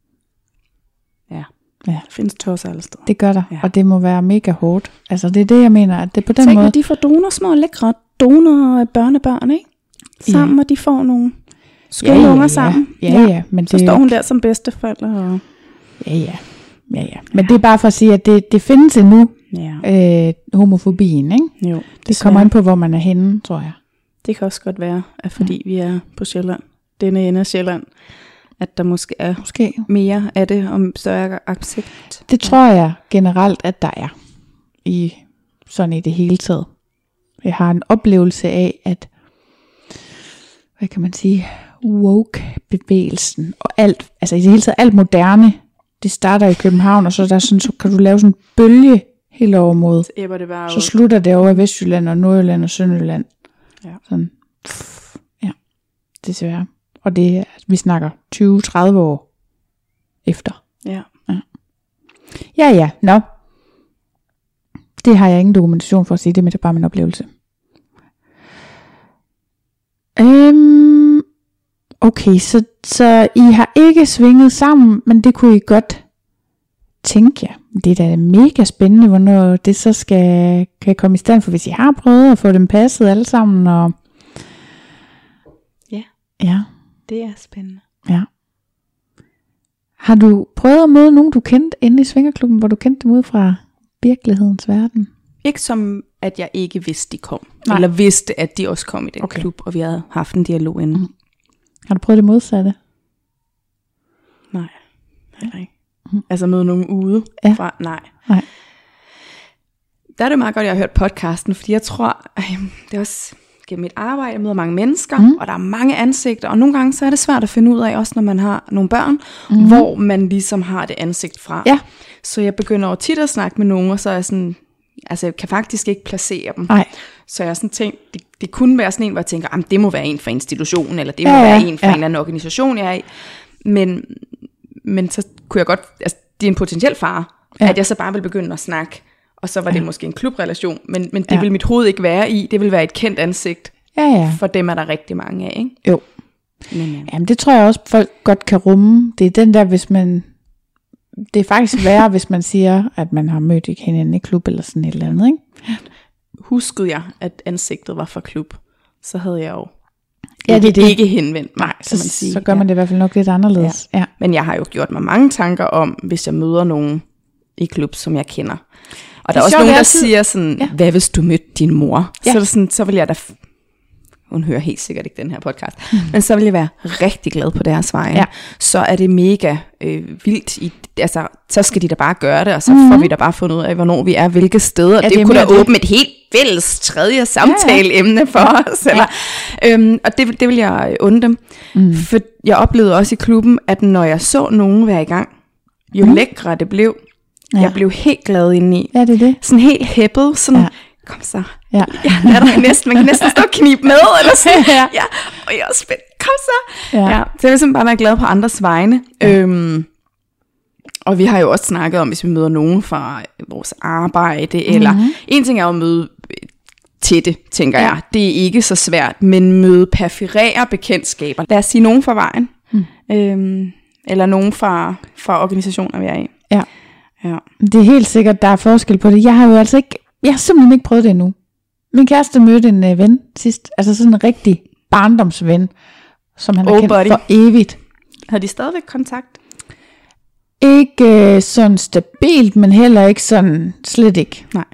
Ja, ja. Det findes tosser alle steder. Det gør der, ja. Og det må være mega hårdt. Altså det er det, jeg mener, at det på den Tænk, måde... Tænk, de får donor, små lækre donor børnebørn, ikke? Sammen, ja. Og de får nogle skønne ja, ja, unger sammen. Ja, ja, ja. Men så det står hun der som bedsteforælder. Og... Ja, ja. Ja, ja. Men ja. Det er bare for at sige, at det, det findes endnu, ja. øh, homofobien, ikke? Jo, det kommer an på, hvor man er henne, tror jeg. Det kan også godt være, at fordi ja. vi er på Sjælland, denne ende af Sjælland, at der måske er måske. mere af det, om større accept. Det tror jeg generelt, at der er, i sådan i det hele taget. Jeg har en oplevelse af, at, hvad kan man sige, woke-bevægelsen, og alt, altså i det hele taget alt moderne, det starter i København, og så, der sådan, så kan du lave sådan en bølge helt over mod. Så æbber det bare Så ud. slutter det over i Vestjylland og Nordjylland og Sønderjylland. Ja. Sådan, pff, ja, desværre. Og det er, vi snakker tyve til tredive år efter. Ja. Ja, ja, nå. Det har jeg ingen dokumentation for at sige, det med det er bare min oplevelse. Øhm, okay, så, så I har ikke svinget sammen, men det kunne I godt tænke jer. Det er da mega spændende, hvornår det så skal kan komme i stand, for hvis I har prøvet at få dem passet alle sammen. Og Ja, ja, det er spændende. ja. Har du prøvet at møde nogen, du kendte inde i svingerklubben, hvor du kendte dem ud fra virkelighedens verden? Ikke som, at jeg ikke vidste, de kom. Nej. Eller vidste, at de også kom i den Okay. okay. klub, og vi havde haft en dialog inden. Mm. Har du prøvet det modsatte? Nej, heller ikke. Mm. Altså møde nogen ude Ja. fra, nej. Nej. Der er det meget godt, at jeg har hørt podcasten, fordi jeg tror, øh, det er også gennem mit arbejde, jeg møder mange mennesker, Mm. mm. og der er mange ansigter, og nogle gange så er det svært at finde ud af, også når man har nogle børn, Mhm. mm. hvor man ligesom har det ansigt fra. Ja. Så jeg begynder jo tit at snakke med nogen, og så er jeg sådan, altså jeg kan faktisk ikke placere dem. Nej. Så jeg har sådan tænkt, det, det kunne være sådan en, hvor jeg tænker, det må være en fra institutionen, eller det Ja, må ja, være en fra ja. en eller anden organisation, jeg er i. Men, men så kunne jeg godt, altså det er en potentiel fare, Ja. ja. at jeg så bare vil begynde at snakke, og så var det Ja. måske en klubrelation, men, men det Ja. vil mit hoved ikke være i, det vil være et kendt ansigt, Ja, ja. for dem er der rigtig mange af, ikke? Jo. Men, ja. Jamen det tror jeg også, folk godt kan rumme. Det er den der, hvis man... Det er faktisk værre, hvis man siger, at man har mødt hinanden i klub eller sådan et eller andet, ikke? Huskede jeg, at ansigtet var fra klub, så havde jeg jo Ja, ikke, det er det. ikke henvendt mig, Nej, kan så, man sige. så gør man det i hvert fald nok lidt anderledes. Ja. Ja. Men jeg har jo gjort mig mange tanker om, hvis jeg møder nogen i klub, som jeg kender. Og der er, er også sjovt, nogen, det er der altid- siger sådan, Ja. ja. hvad hvis du mødte din mor? Ja. Så, er det sådan, så vil jeg da, f- hun hører helt sikkert ikke den her podcast, mm. men så vil jeg være rigtig glad på deres vegne. Ja. Så er det mega øh, vildt, i, altså så skal de da bare gøre det, og så Mhm. mm. får vi da bare fundet ud af, hvornår vi er, hvilke steder. Ja, Det, det er det kunne da mere det. åbne et helt fælles tredje samtaleemne for os. Eller, øhm, og det, det vil jeg unde dem. Mm. For jeg oplevede også i klubben, at når jeg så nogen være i gang, jo Mm. mm. lækre det blev, Ja. jeg blev helt glad indeni. Ja, det er det. Sådan helt hæppet, sådan, Ja. ja. kom så. Ja. Ja, er der næsten, man kan næsten stå og knibe med, eller sådan. Ja. Ja. Og jeg er også spændt, kom så. Ja. Ja. Ja. Så jeg vil simpelthen bare være glad på andres vegne. Ja. Øhm, og vi har jo også snakket om, hvis vi møder nogen fra vores arbejde, mm-hmm. eller en ting er jo at møde tætte, tænker Ja. ja. jeg. Det er ikke så svært, men møde perifære bekendtskaber. Lad os sige nogen fra vejen, mm. øhm, eller nogen fra, fra organisationer, vi er i. Ja. Ja. Det er helt sikkert, der er forskel på det. Jeg har jo altså ikke, jeg har simpelthen ikke prøvet det endnu. Min kæreste mødte en øh, ven sidst, altså sådan en rigtig barndomsven, som han har Oh, kendt buddy. for evigt. Har de stadigvæk kontakt? Ikke øh, sådan stabilt, men heller ikke sådan, slet ikke. Nej.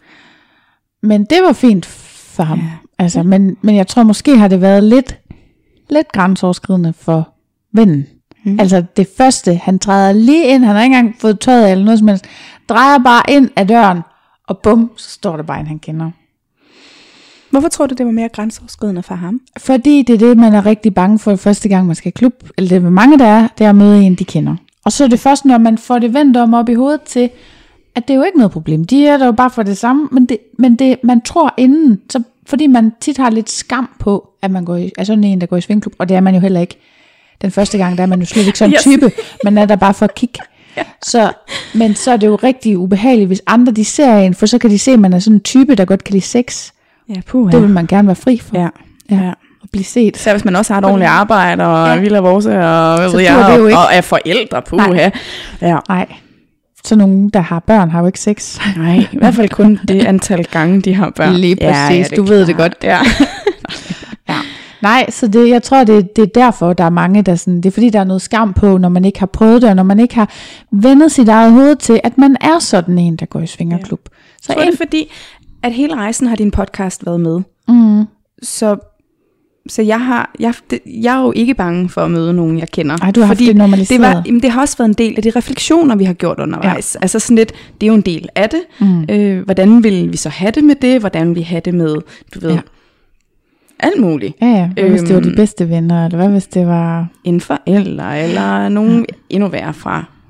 Men det var fint for ham. Ja. Altså, men, men jeg tror måske har det været lidt, lidt grænseoverskridende for vennen. Mm. Altså det første, han træder lige ind, han har ikke engang fået tøjet af eller noget som helst, drejer bare ind ad døren, og bum, så står der bare en, han kender. Hvorfor tror du, det var mere grænseoverskridende for ham? Fordi det er det, man er rigtig bange for første gang, man skal i klub, eller det er mange, der er, det er at møde en, de kender. Og så er det først, når man får det vendt om op i hovedet til, at det er jo ikke noget problem. De er der jo bare for det samme, men det, men det man tror inden, så, fordi man tit har lidt skam på, at man går i, er sådan en, der går i svingklub, og det er man jo heller ikke. Den første gang, der er man jo slet ikke sådan en Yes. type, man er der bare for at kigge. Ja. Så, men så er det jo rigtig ubehageligt, hvis andre de ser en, for så kan de se, at man er sådan en type, der godt kan lide sex. Ja, puha. Det vil man gerne være fri for. Ja. Ja. Ja. At blive set. Så hvis man også har et ordentligt arbejde, og Ja. ja. Villa Vorse, og, hvad Så ved dur jeg, det jo og, ikke. og er forældre, puha. Nej. Ja. Nej. Så nogen, der har børn, har jo ikke sex. Nej, i hvert fald kun det antal gange, de har børn. Lige præcis, det du er ved det klart. godt. Ja. Ja. Nej, så det, jeg tror, det, det er derfor, der er mange, der sådan, det er fordi, der er noget skam på, når man ikke har prøvet det, og når man ikke har vendet sit eget hoved til, at man er sådan en, der går i svingerklub. Ja. Så Så er en, det fordi, at hele rejsen har din podcast været med. mm, Så, så jeg, har, jeg, det, jeg er jo ikke bange for at møde nogen, jeg kender. Ej, du har haft det normaliseret. Det, var, jamen, det har også været en del af de refleksioner, vi har gjort undervejs. Ja. Altså sådan lidt, det er jo en del af det. Mm. Øh, hvordan vil vi så have det med det? Hvordan vil vi have det med, du ved, Ja. ja. alt muligt. ja, ja. Hvad hvis det var de Øhm. bedste venner, eller hvad hvis det var... En forælder, eller nogen endnu værre fra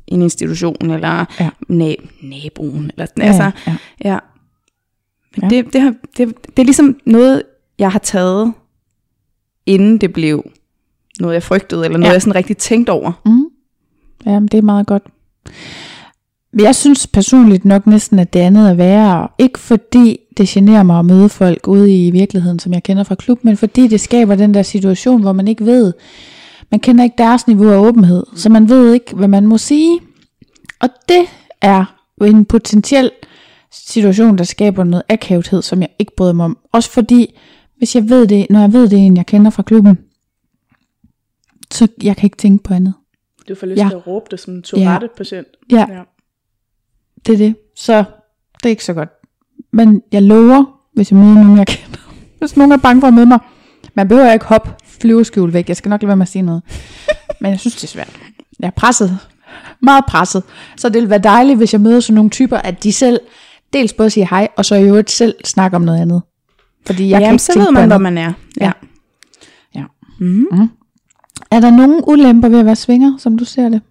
en institution, eller ja. na- naboen, eller sådan, Ja, altså, ja. ja. Men Ja. det, det, har, det, det er ligesom noget, jeg har taget, inden det blev noget, jeg frygtede, eller noget, Ja. jeg sådan rigtig tænkte over. Mm. Jamen, det er meget godt. Men jeg synes personligt nok næsten, at det andet er værre. Ikke fordi det generer mig at møde folk ude i virkeligheden, som jeg kender fra klub, men fordi det skaber den der situation, hvor man ikke ved, man kender ikke deres niveau af åbenhed, så man ved ikke, hvad man må sige. Og det er jo en potentiel situation, der skaber noget akavethed, som jeg ikke bryder mig om. Også fordi, hvis jeg ved det, når jeg ved det er en, jeg kender fra klubben, så jeg kan ikke tænke på andet. Du får lyst Ja. til at råbe det som en Tourette-patient. Ja. ja. Det er det. Så det er ikke så godt. Men jeg lover, hvis jeg møder nogen, jeg kender. Hvis nogen er bange for at møde mig. Man behøver ikke hoppe flyveskjul væk. Jeg skal nok lade være med at sige noget. Men jeg synes, det er svært. Jeg er presset. Meget presset. Så det vil være dejligt, hvis jeg møder sådan nogle typer, at de selv dels både siger hej, og så i øvrigt selv snakker om noget andet. Fordi jeg Jamen, kan ikke så tænke ved på man, andet. hvor man er. Ja. Ja. Mm. Mm. Er der nogen ulemper ved at være swinger, som du ser det?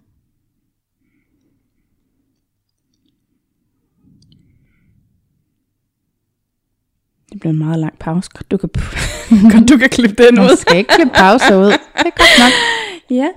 Det bliver en meget lang pause. Godt, du kan, godt, du kan klippe den Jeg ud. skal ikke klippe pauser ud. Det er godt nok. Ja.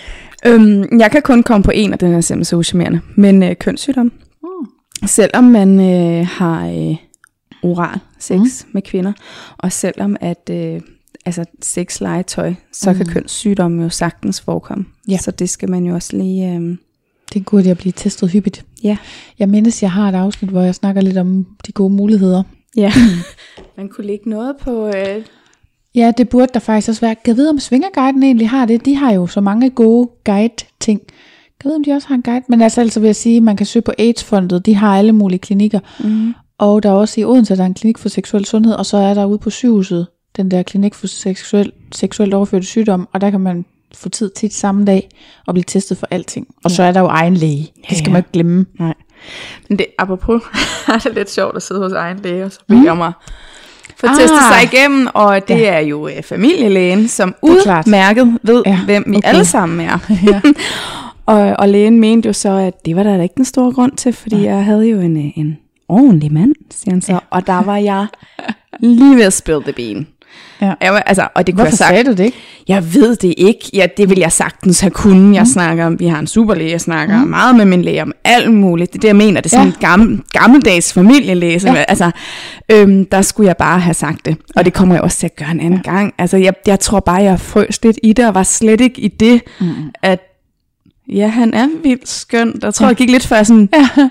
Øhm, jeg kan kun komme på en, og den er simpelthen så uschammerende. Men øh, kønssygdom. Mm. Selvom man øh, har øh, oral sex mm. med kvinder, og selvom at øh, altså sexlegetøj, så mm. kan kønssygdomme jo sagtens forekomme. Ja. Så det skal man jo også lige... Øh, Det er godt at blive testet hyppigt. ja. Jeg mindes, jeg har et afsnit, hvor jeg snakker lidt om de gode muligheder. Ja. Man kunne lægge noget på... Øh, Ja, det burde der faktisk også være. Kan jeg vide, om Svingerguiden egentlig har det? De har jo så mange gode guide-ting. Kan jeg vide, om de også har en guide? Men altså, altså vil jeg sige, man kan søge på AIDS-fondet. De har alle mulige klinikker. mm. Og der er også i Odense, der er en klinik for seksuel sundhed. Og så er der ude på sygehuset, den der klinik for seksuel, seksuelt overførte sygdom. Og der kan man få tid tit samme dag og blive testet for alting. Og ja. Så er der jo egen læge. Det skal Ja, ja. man ikke glemme. Nej. Men det, apropos, er det lidt sjovt at sidde hos egen læge, og så beder jeg mig få Ah. testet sig igennem, og det Ja. er jo øh, familielægen, som Det er klart. udmærket ved, Ja, hvem vi okay. alle sammen er. Ja. og, og lægen mente jo så, at det var der da ikke den store grund til, fordi Nej. jeg havde jo en, øh, en ordentlig mand, siger han så, Ja. og der var jeg lige ved at spill the bean. Ja. Jeg var, altså, og det kunne Hvorfor jeg sagt, sagde du det ikke? jeg ved det ikke. Ja, det vil jeg sagtens have kunnet. Jeg snakker om, vi har en superlæge, jeg snakker mm. meget med min læge om alt muligt. Det er det, jeg mener. Det er sådan Ja. en gammel, gammeldags familielæge. Som, Ja. altså, øhm, der skulle jeg bare have sagt det. Og det kommer jeg også til at gøre en anden ja. gang. Altså, jeg, jeg tror bare, jeg frøs lidt i det, og var slet ikke i det, mm. at ja, han er vildt skøn. Der tror jeg, Ja. jeg gik lidt før sådan... Ja.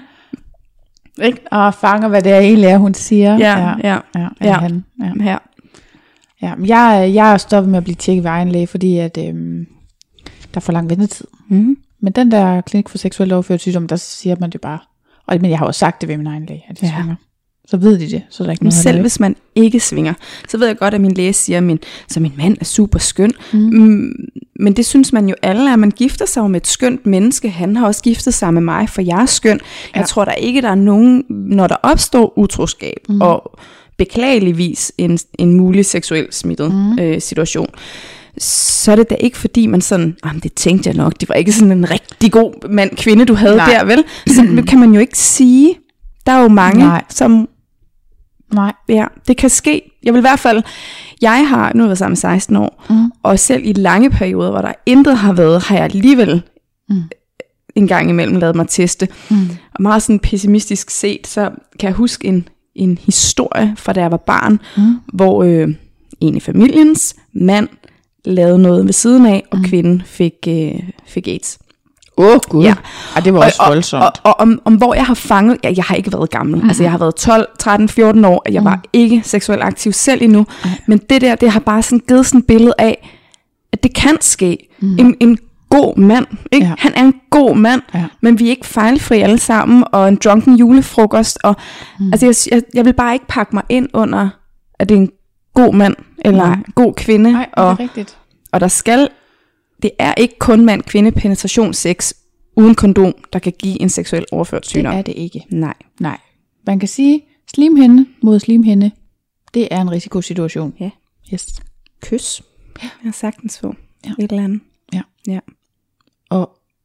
Ikke? Og fanger, hvad det er egentlig er, hun siger. Ja, ja, ja, ja. ja. Han. Ja. Her. Ja, men jeg, jeg er stoppet med at blive tjekket ved egen læge, fordi at, øhm, der er for lang ventetid. Mm. Men den der klinik for seksuelt overført sygdom, der siger man det bare. Og, men jeg har jo sagt det ved min egen læge, at jeg Ja. svinger. Så ved de det, så er der ikke Men noget at selv lave. hvis man ikke svinger, så ved jeg godt, at min læge siger, at min, så min mand er super skøn. Mm. Mm, men det synes man jo alle er. Man gifter sig med et skønt menneske. Han har også giftet sig med mig, for jeg er skøn. Ja. Jeg tror der ikke, der er nogen, når der opstår utroskab, mm. og beklageligvis en, en mulig seksuel smittet mm. øh, situation, så er det da ikke fordi man sådan, ah, det tænkte jeg nok, det var ikke sådan en rigtig god mand, kvinde, du havde Nej. der, vel? Så kan man jo ikke sige. Der er jo mange, Nej. som... Nej. Ja, det kan ske. Jeg vil i hvert fald, jeg har, nu har jeg været sammen seksten år, Mm. og selv i lange perioder, hvor der intet har været, har jeg alligevel Mm. en gang imellem lavet mig teste. Mm. Og meget sådan pessimistisk set, så kan jeg huske en, en historie fra da jeg var barn, Mm. hvor øh, en i familiens mand lavede noget ved siden af, og Mm. kvinden fik, øh, fik AIDS. Åh, oh, gud. Ja. Ja. Ej, det var også og, voldsomt. Og, og, og om, om hvor jeg har fanget, ja, jeg har ikke været gammel, mm. altså jeg har været tolv, tretten, fjorten år, jeg mm. var ikke seksuelt aktiv selv endnu, mm. men det der, det har bare sådan givet sådan et billede af, at det kan ske. Mm. En, en god mand, ikke? Ja. Han er en god mand, Ja. men vi er ikke fejlfri alle sammen, og en drunken julefrokost, og mm. altså jeg, jeg, jeg vil bare ikke pakke mig ind under, at det er en god mand, eller Nej. en god kvinde, Nej, det og, er rigtigt. og der skal, det er ikke kun mand-kvinde penetrationssex uden kondom, der kan give en seksuel overført sygdom. Det er det ikke. Nej. Nej. Man kan sige, slimhinde mod slimhinde, det er en risikosituation. Ja. Yes. Kys. Ja. Jeg har sagtens få. Ja. Et eller andet. Ja. Ja. Og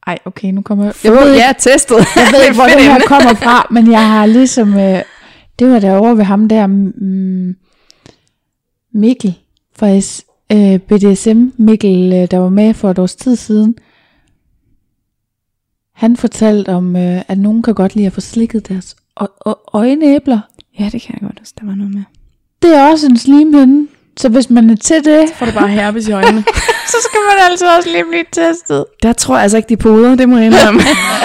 Ej, okay, nu kommer jeg... Jeg ved, jeg er testet. Jeg ved ikke, hvor det her kommer fra, men jeg har ligesom... Øh, det var derovre ved ham der, mm, Mikkel fra S, øh, B D S M. Mikkel, øh, der var med for et års tid siden. Han fortalte om, øh, at nogen kan godt lide at få slikket deres ø- ø- øjenæbler. Ja, det kan jeg godt huske, der var noget med. Det er også en slimhinde, så hvis man er til det... Så får du bare herpes i øjnene. så skal man altså også lige blive testet. Der tror jeg altså ikke, de poder, det må jeg indrømme.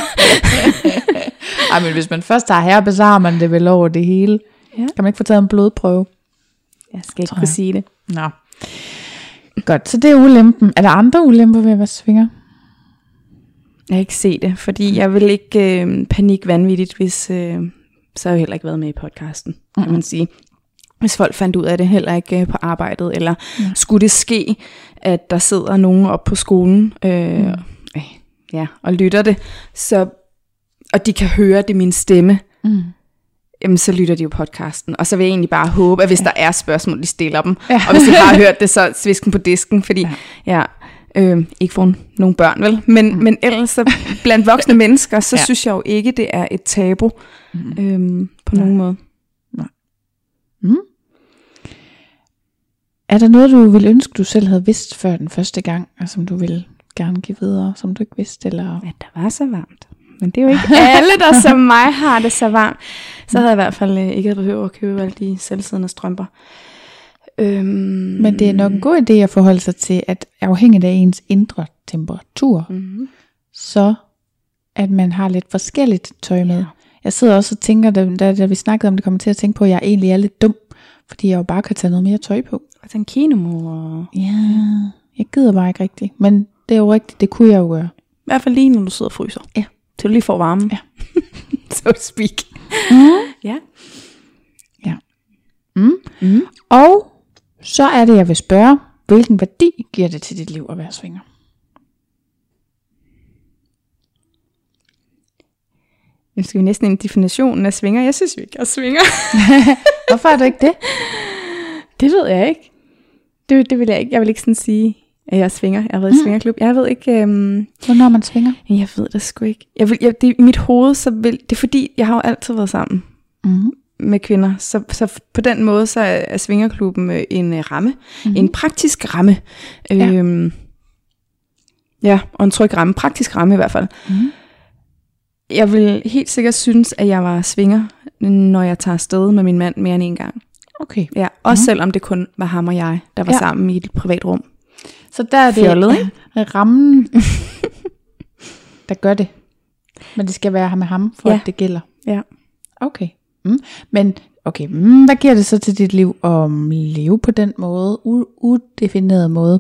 Ej, men hvis man først har herpes, så har man det vel over det hele. Ja. Kan man ikke få taget en blodprøve? Jeg skal ikke kunne sige det. Nå. Godt, så det er ulempen. Er der andre ulemper ved at være svinger? Jeg har ikke set det, fordi jeg vil ikke øh, panik vanvittigt, hvis... Øh, så har jeg heller ikke været med i podcasten, kan mm. man sige. Hvis folk fandt ud af det, heller ikke øh, på arbejdet, eller mm. skulle det ske, at der sidder nogen op på skolen, øh, mm. øh, ja, og lytter det, så, og de kan høre det min stemme, mm. jamen så lytter de jo podcasten. Og så vil jeg egentlig bare håbe, at hvis ja. der er spørgsmål, de stiller dem. Ja. Og hvis de har hørt det, så svisken på disken, fordi ja, ja øh, ikke får nogen børn, vel? Men, mm. men ellers så, blandt voksne mennesker, så ja. synes jeg jo ikke, det er et tabu mm. øh, på Nej. nogen måde. Nej. Mm. Er der noget, du ville ønske, du selv havde vidst før den første gang, og som du ville gerne give videre, som du ikke vidste? Eller? At der var så varmt. Men det er jo ikke alle, der som mig har det så varmt. Så havde jeg i hvert fald øh, ikke behøvet at købe alle de selvsiddende strømper. Øhm, Men det er nok en god idé at forholde sig til, at afhængigt af ens indre temperatur, mm-hmm. så at man har lidt forskelligt tøj med. Ja. Jeg sidder også og tænker, da, da, da vi snakkede om det, kommer til at tænke på, at jeg egentlig er lidt dum, fordi jeg jo bare kan tage noget mere tøj på. Og tage en kinemor. Ja, jeg gider bare ikke rigtigt. Men det er jo rigtigt, det kunne jeg jo gøre. I hvert fald lige, når du sidder og fryser. Ja. Til du lige får varmen. Ja. So to speak. Mm. Ja. Ja. Mm. Mm. Og så er det, jeg vil spørge, hvilken værdi giver det til dit liv at være svinger? Nu skal vi næsten en definition af svinger. Jeg synes vi ikke er svinger. Hvorfor er du ikke det? Det ved jeg ikke. Det, det vil jeg ikke. Jeg vil ikke sådan sige, at jeg er svinger. Jeg har været i mm. svingerklub. Jeg ved ikke... Um... Hvornår man svinger? Jeg ved det sgu ikke. Jeg vil, jeg, det, I mit hoved, så vil... Det er fordi, jeg har jo altid været sammen mm. med kvinder. Så, så på den måde, så er svingerklubben en uh, ramme. Mm. En praktisk ramme. Ja. Øhm, ja, og en tryg ramme. Praktisk ramme i hvert fald. Mm. Jeg vil helt sikkert synes, at jeg var svinger, når jeg tager afsted med min mand mere end en gang. Okay. Ja, også mm. selvom det kun var ham og jeg, der var ja. sammen i et privat rum. Så der er det Fjollet, ikke? rammen, der gør det. Men det skal være med ham, for ja. at det gælder. Ja. Okay. Mm. Men okay, mm, hvad giver det så til dit liv at leve på den måde, u- udefineret måde?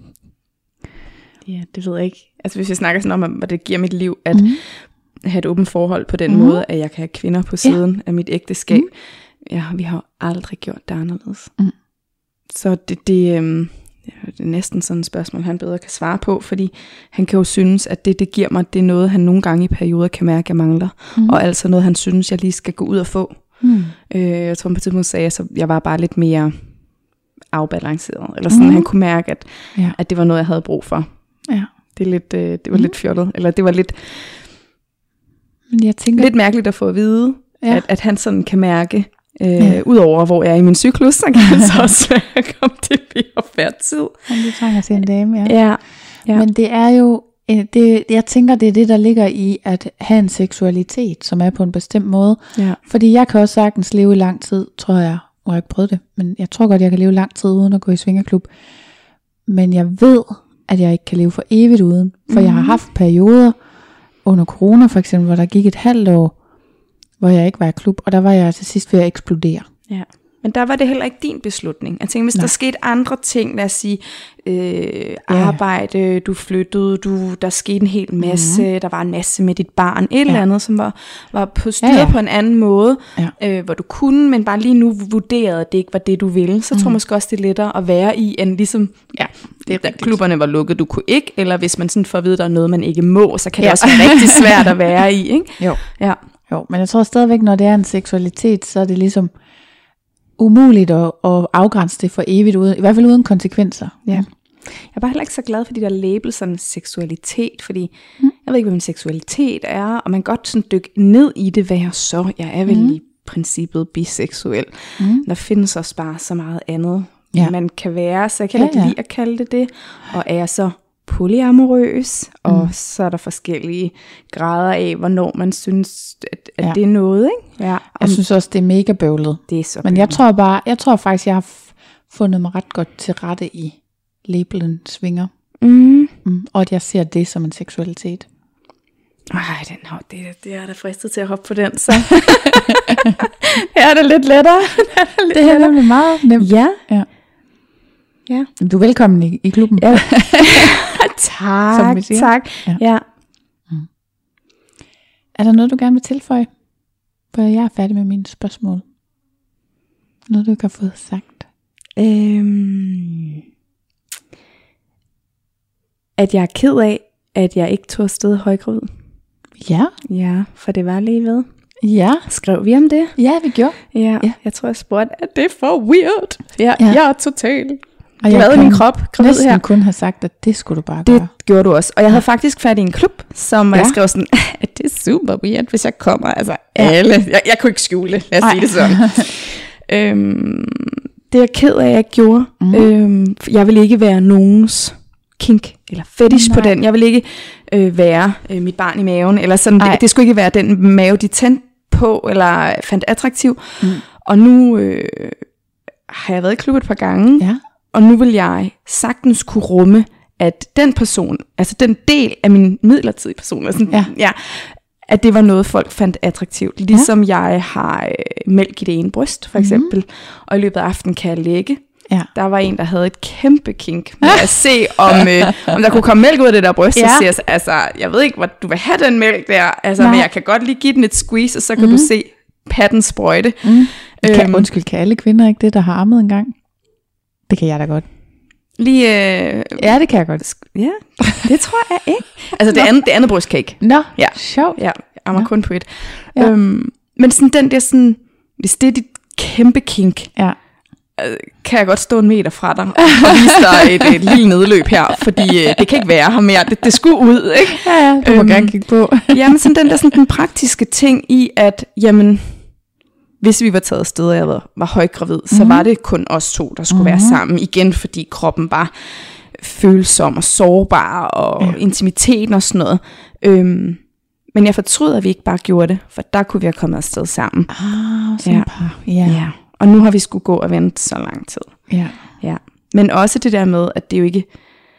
Ja, det ved jeg ikke. Altså hvis vi snakker sådan om, hvad det giver mit liv, at mm. have et åbent forhold på den mm. måde, at jeg kan have kvinder på siden ja. af mit ægteskab. Mm. Ja, vi har aldrig gjort det anderledes. Mm. Så det, det, øhm, det er næsten sådan et spørgsmål, han bedre kan svare på, fordi han kan jo synes, at det, det giver mig, det er noget, han nogle gange i perioder kan mærke, jeg mangler. Mm. Og altså noget, han synes, jeg lige skal gå ud og få. Mm. Øh, jeg tror på et tidspunkt sagde, at jeg var bare lidt mere afbalanceret. Eller sådan, mm. han kunne mærke, at, ja. at det var noget, jeg havde brug for. Ja. Det, er lidt, øh, det var mm. lidt fjollet. Eller det var lidt, Men jeg tænker... lidt mærkeligt at få at vide, ja. at, at han sådan kan mærke, Øh, ja. Udover hvor jeg er i min cyklus, så kan det så også være at komme til at færre tid. Men du trænger til en dame, ja. ja. ja. Men det er jo, det, jeg tænker, det er det, der ligger i at have en seksualitet, som er på en bestemt måde. Ja. Fordi jeg kan også sagtens leve i lang tid, tror jeg. Nu har jeg ikke prøvet det, men jeg tror godt, jeg kan leve lang tid uden at gå i svingerklub. Men jeg ved, at jeg ikke kan leve for evigt uden. For mm-hmm. jeg har haft perioder under corona for eksempel, hvor der gik et halvt år, hvor jeg ikke var i klub, og der var jeg til sidst ved at eksplodere. Ja. Men der var det heller ikke din beslutning. Jeg tænker, hvis Nej. der skete andre ting, lad os sige, øh, arbejde, ja. du flyttede, du, der skete en hel masse, mm-hmm. der var en masse med dit barn, et ja. eller andet, som var, var på styr ja, ja. på en anden måde, ja. øh, hvor du kunne, men bare lige nu vurderede, at det ikke var det, du ville, så mm. tror jeg måske også, det er lettere at være i, end ligesom, ja, det er da klubberne var lukket, du kunne ikke, eller hvis man sådan får at vide, der er noget, man ikke må, så kan ja. det også være rigtig svært at være i, ikke? Jo. Ja. Jo, men jeg tror stadigvæk, når det er en seksualitet, så er det ligesom umuligt at, at afgrænse det for evigt, uden, i hvert fald uden konsekvenser. Ja. Jeg er bare heller ikke så glad for de der labels, sådan seksualitet, fordi mm. jeg ved ikke, hvad min seksualitet er, og man kan godt sådan dykke ned i det, hvad jeg så. Jeg er vel mm. i princippet biseksuel. Mm. Der findes også bare så meget andet, ja. man kan være, så jeg kan ja, ikke ja. lide at kalde det det. Og er jeg så polyamorøs, og mm. så er der forskellige grader af, hvornår man synes, at, at ja. det er noget, ikke? Ja. Jeg synes også, det er mega bøvlet. Det er så Men jeg tror bare, jeg tror faktisk, jeg har fundet mig ret godt til rette i labelen svinger. Mm. Mm. Og at jeg ser det som en seksualitet. Ej, den, det, det er da fristet til at hoppe på den, så det er da lidt lettere. lidt det er nemlig meget nemt. Ja. ja. Ja. Du er velkommen i, i klubben. Ja. tak, tak. Ja. Ja. Mm. Er der noget, du gerne vil tilføje? For jeg er færdig med mine spørgsmål. Noget, du ikke har fået sagt? Øhm, at jeg er ked af, at jeg ikke tog afsted højgravid. Ja. Ja, for det var lige ved. Ja. Skrev vi om det? Ja, vi gjorde. Ja, ja. Jeg tror, jeg spurgte, at det er for weird. Ja, ja. Jeg er totalt og glad i min krop. Næsten her. Kun have sagt, at det skulle du bare gøre. Det gjorde du også. Og jeg havde faktisk fat i en klub, som ja. jeg skrev sådan, at det er super weird, hvis jeg kommer. Altså ja. alle. Jeg, jeg kunne ikke skjule det, lad os Ej. sige det sådan. øhm, det er jeg ked af, at jeg ikke gjorde. Mm. Øhm, jeg vil ikke være nogens kink eller fetish Nej. på den. Jeg vil ikke øh, være øh, mit barn i maven. Eller sådan. Det, det skulle ikke være den mave, de tændte på, eller fandt attraktiv. Mm. Og nu øh, har jeg været i klub et par gange. Ja. Og nu vil jeg sagtens kunne rumme, at den person, altså den del af min midlertidige person, altså, ja. Ja, at det var noget, folk fandt attraktivt. Ligesom ja. jeg har øh, mælk i det ene bryst, for eksempel. Mm-hmm. Og i løbet af aftenen kan jeg lægge. Ja. Der var en, der havde et kæmpe kink med at se, om, øh, om der kunne komme mælk ud af det der bryst. Ja. Og siger, altså, jeg ved ikke, hvor du vil have den mælk der, altså, men jeg kan godt lige give den et squeeze, og så kan mm. du se patten sprøjte. Mm. Kan, øhm, undskyld, kan alle kvinder ikke det, der har ammet engang? Det kan jeg da godt. Lige, øh, ja, det kan jeg godt. Ja, det tror jeg ikke. Altså det andet, det andet bryst kan ikke. Nå, ja. sjovt. Ja, jeg ammer kun på et. Ja. Øhm, men sådan den der sådan, hvis det er dit kæmpe kink, ja. øh, kan jeg godt stå en meter fra dig og vise dig et, et lille nedløb her, fordi øh, det kan ikke være her mere. Det, det skulle ud, ikke? Ja, ja, du må øhm, gerne kigge på. Jamen sådan den der sådan den praktiske ting i, at jamen, hvis vi var taget afsted, og jeg var, var højgravid, så mm. var det kun os to, der skulle mm. være sammen. Igen, fordi kroppen var følsom og sårbar, og ja. intimiteten og sådan noget. Øhm, men jeg fortryder, at vi ikke bare gjorde det, for der kunne vi have kommet afsted sammen. Ah, sådan ja. par. Ja. ja. Og nu har vi skulle gå og vente så lang tid. Ja. Ja. Men også det der med, at det jo ikke...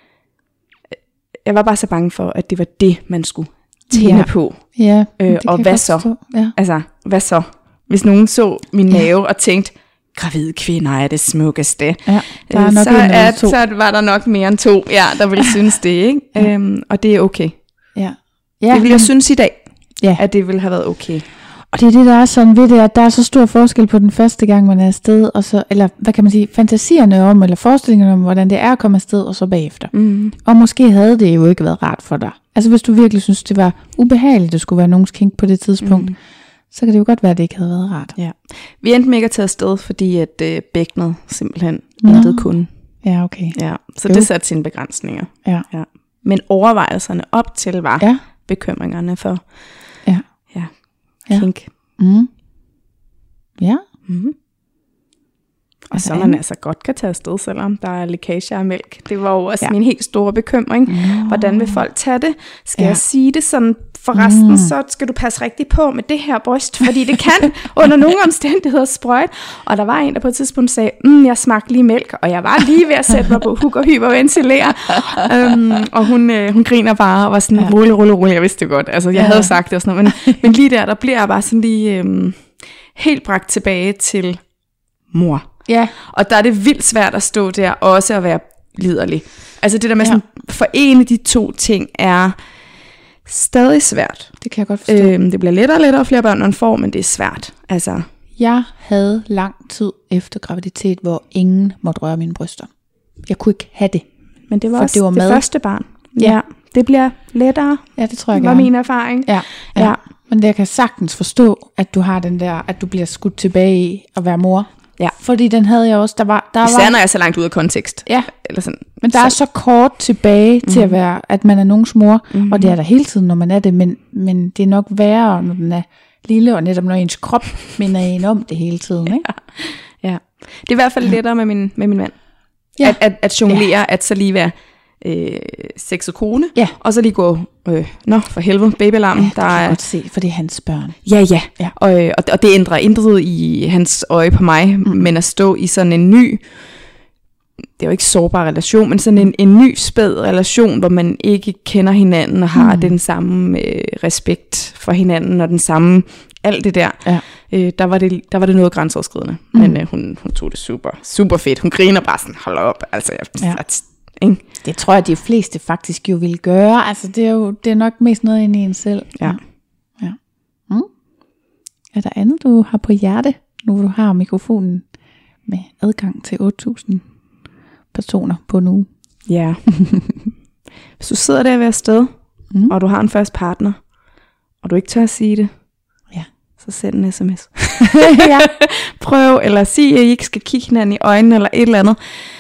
Jeg var bare så bange for, at det var det, man skulle tænde ja. på. Ja, øh, og hvad så? Ja. Altså, hvad så? Hvis nogen så min mave ja. og tænkte, gravide kvinder er det smukkeste, ja, der er nok så, at, så var der nok mere end to, ja, der ville synes det, ikke? Ja. Øhm, og det er okay. Ja. Ja, det vil jeg synes i dag, ja. at det ville have været okay. Og det er det, der er sådan ved det, at der er så stor forskel på den første gang, man er afsted, og så, eller hvad kan man sige, fantasierne om, eller forestillingerne om, hvordan det er at komme afsted, og så bagefter. Mm. Og måske havde det jo ikke været rart for dig. Altså hvis du virkelig synes, det var ubehageligt, at det skulle være nogens kink på det tidspunkt, mm. så kan det jo godt være, at det ikke havde været rart. Ja. Vi endte med ikke at tage afsted, fordi at øh, bækkenet simpelthen intet kunne. Ja, okay. Ja, så jo. Det satte sine begrænsninger. Ja. Ja. Men overvejelserne op til var ja. bekymringerne for ja. Ja, kink. Ja. Mm. Ja. Mm. Og så man altså godt kan tage afsted, selvom der er lækage af mælk. Det var jo også ja. min helt store bekymring. Mm. Hvordan vil folk tage det? Skal ja. jeg sige det sådan, forresten, mm. så skal du passe rigtigt på med det her bryst, fordi det kan under nogle omstændigheder sprøjte. Og der var en, der på et tidspunkt sagde, mm, jeg smagte lige mælk, og jeg var lige ved at sætte mig på huk og hyperventilere. um, og hun, øh, hun griner bare og var sådan, ja. rulle, rulle, rulle, jeg vidste det godt. Altså, jeg ja. havde sagt det og sådan noget, men, men lige der, der bliver jeg bare sådan lige øh, helt bragt tilbage til mor. Ja. Og der er det vildt svært at stå der, også at være liderlig. Altså det der med ja. sådan, forene de to ting er stadig svært. Det kan jeg godt forstå. Øhm, det bliver lettere og lettere, flere børn man får, men det er svært. Altså. Jeg havde lang tid efter graviditet, hvor ingen måtte røre mine bryster. Jeg kunne ikke have det. Men det var også det, var det første barn. Ja. ja. Det bliver lettere. Ja, det tror jeg gerne. Det var min erfaring. Ja. ja. ja. Men jeg kan sagtens forstå, at du har den der, at du bliver skudt tilbage i at være mor. Ja. fordi den havde jeg også. Der var, der Især var, når jeg er så langt ud af kontekst. Ja, eller sådan. men der så. er så kort tilbage mm. til at være, at man er nogens mor, mm. og det er der hele tiden, når man er det, men, men det er nok værre, når den er lille, og netop når ens krop minder en om det hele tiden. Ikke? Ja. Ja. Det er i hvert fald lettere med min, med min mand. Ja. At, at, at jonglere, ja. At så lige være øh, sexet kone, ja. og så lige gå, øh, nå for helvede, babyalarmen. Ja, der kan er godt se, for det er hans børn. Ja, ja, ja. Og, og, og det ændrer intet i hans øje på mig, mm. men at stå i sådan en ny, det er jo ikke sårbar relation, men sådan en, en ny spæd relation, hvor man ikke kender hinanden og har mm. den samme øh, respekt for hinanden og den samme, alt det der. Ja. Øh, der, var det, der var det noget grænseoverskridende, mm. men øh, hun, hun tog det super, super fedt. Hun griner bare sådan, hold op, altså jeg, ja. at, ikke? Det tror jeg, de fleste faktisk jo vil gøre. Altså det er jo det er nok mest noget inde i en selv. Ja. Ja. Mm. Er der andet, du har på hjerte, nu du har mikrofonen med adgang til otte tusind personer på nu? Ja. Hvis du sidder der ved afsted, mm. og du har en fast partner, og du ikke tør at sige det, ja. Så send en sms. Ja. Prøv, eller sig, at I ikke skal kigge hinanden i øjnene, eller et eller andet.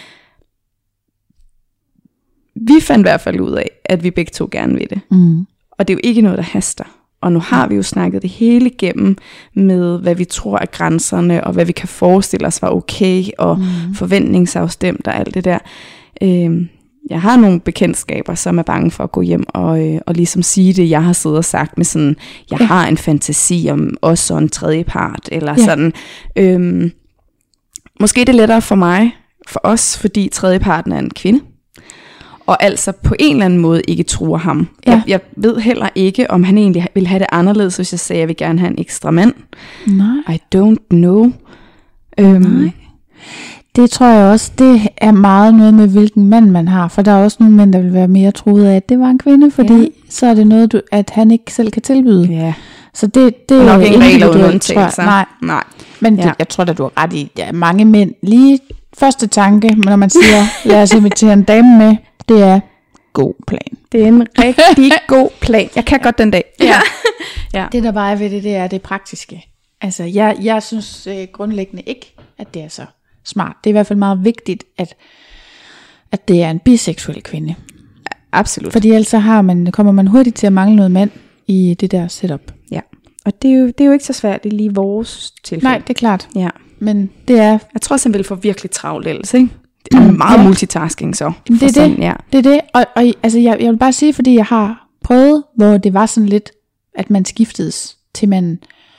Vi fandt i hvert fald ud af, at vi begge to gerne vil det. Mm. Og det er jo ikke noget, der haster. Og nu har vi jo snakket det hele igennem med, hvad vi tror er grænserne, og hvad vi kan forestille os var okay, og mm. forventningsafstemt og alt det der. Øhm, jeg har nogle bekendtskaber, som er bange for at gå hjem og, øh, og ligesom sige det, jeg har siddet og sagt med sådan, jeg ja. har en fantasi om os og en tredje part, eller ja. sådan. Øhm, måske er det lettere for mig, for os, fordi tredjeparten er en kvinde. Og altså på en eller anden måde ikke truer ham. Ja. Jeg, jeg ved heller ikke, om han egentlig ville have det anderledes, hvis jeg sagde, at jeg vil gerne have en ekstra mand. Nej. I don't know. Øhm. Nej. Det tror jeg også, det er meget noget med, hvilken mand man har. For der er også nogle mænd, der vil være mere truet af, at det var en kvinde, fordi ja. så er det noget, du, at han ikke selv kan tilbyde. Ja. Så det, det er nok ingen regler uden undtagelser. Nej. Nej. Men det, ja. jeg tror da, du har ret i, der er mange mænd. Lige første tanke, når man siger, lad os invitere en dame med, det er god plan. Det er en rigtig god plan. Jeg kan godt den dag. Ja. Ja. Det der bare er ved det, det er det praktiske. Altså, jeg, jeg synes øh, grundlæggende ikke, at det er så smart. Det er i hvert fald meget vigtigt, at, at det er en biseksuel kvinde. Absolut. Fordi ellers så har man, kommer man hurtigt til at mangle noget mand i det der setup. Ja, og det er jo, det er jo ikke så svært, det er lige vores tilfælde. Nej, det er klart. Ja. Men det er... Jeg tror også, han vil få virkelig travlt ellers, ikke? Det er meget ja. multitasking så. Det er sådan, det. Ja. Det er det. Og, og altså, jeg, jeg vil bare sige, fordi jeg har prøvet, hvor det var sådan lidt, at man skiftedes til manden.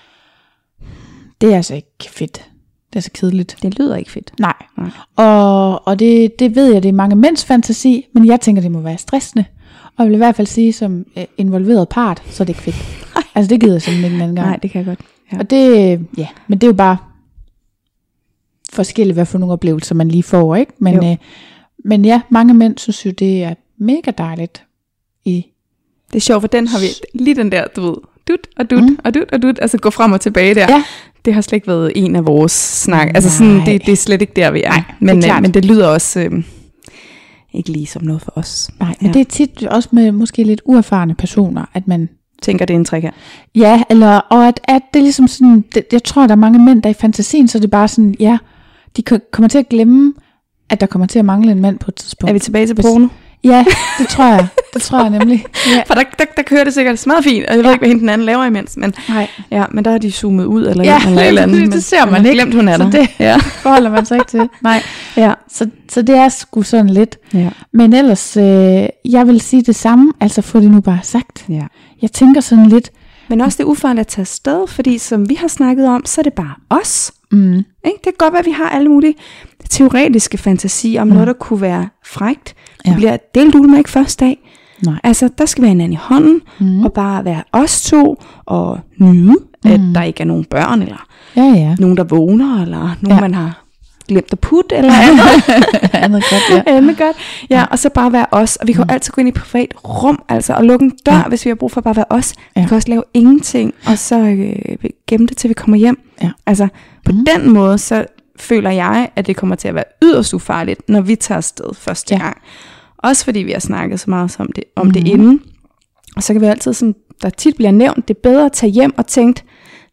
Det er altså ikke fedt. Det er så kedeligt. Det lyder ikke fedt. Nej. Nej. Og, og det, det ved jeg, det er mange mænds fantasi, men jeg tænker, det må være stressende. Og jeg vil i hvert fald sige, som øh, involveret part, så er det ikke fedt. Altså det gider jeg simpelthen ikke en anden gang. Nej, det kan jeg godt. Ja. Og det, ja, men det er jo bare forskelligt, hvad for nogle oplevelser man lige får, ikke? Men, øh, men ja, mange mænd synes jo, det er mega dejligt. I det er sjovt, for den har vi, lige den der, du ved, dut og dut mm. og dut og dut, altså gå frem og tilbage der. Ja. Det har slet ikke været en af vores snak. Nej. Altså sådan, det, det er slet ikke der, vi er. Nej, men, det er øh, men det lyder også øh, ikke lige som noget for os. Nej, men ja. det er tit også med måske lidt uerfarne personer, at man tænker, det er en trick her. Ja, eller, og at, at det er ligesom sådan, det, jeg tror, der er mange mænd, der i fantasien, så det er bare sådan, ja, de kommer til at glemme, at der kommer til at mangle en mand på et tidspunkt. Er vi tilbage til porno? Ja, det tror jeg. Det tror jeg nemlig. Ja. For der, der, der kører det sikkert meget fint, og jeg ved ja. ikke, hvad hende den anden laver imens. Men, Nej. Ja, men der har de zoomet ud, eller, ja, eller, eller andet. det, det ser man ikke. Glemt, hun er der. Så det ja. forholder man sig ikke til. Nej. Ja. Så, så det er sgu sådan lidt. Ja. Men ellers, øh, jeg vil sige det samme, altså få det nu bare sagt. Ja. Jeg tænker sådan lidt. Men også det er ufarligt at tage afsted, fordi som vi har snakket om, så er det bare os. Mm. Ikke? Det kan godt være, at vi har alle mulige teoretiske fantasier om mm. noget, der kunne være frækt. Det ja. bliver delt ud med ikke første dag. Nej. Altså, der skal være hinanden i hånden, mm. og bare være os to, og nyde, mm. at der ikke er nogen børn, eller ja, ja. nogen, der vågner, eller nogen, ja. man har glemt at putte, eller andet. andet godt, ja. Andet godt. Ja, ja, og så bare være os. Og vi kan mm. altid gå ind i et privat rum, altså, og lukke en dør, ja. hvis vi har brug for at bare være os. Ja. Vi kan også lave ingenting, og så øh, gemme det, til vi kommer hjem. Ja. Altså, på mm. den måde, så føler jeg, at det kommer til at være yderst ufarligt, når vi tager afsted første ja. gang. Også fordi vi har snakket så meget om det, om mm. det inden. Og så kan vi altid, som der tit bliver nævnt, det er bedre at tage hjem og tænke,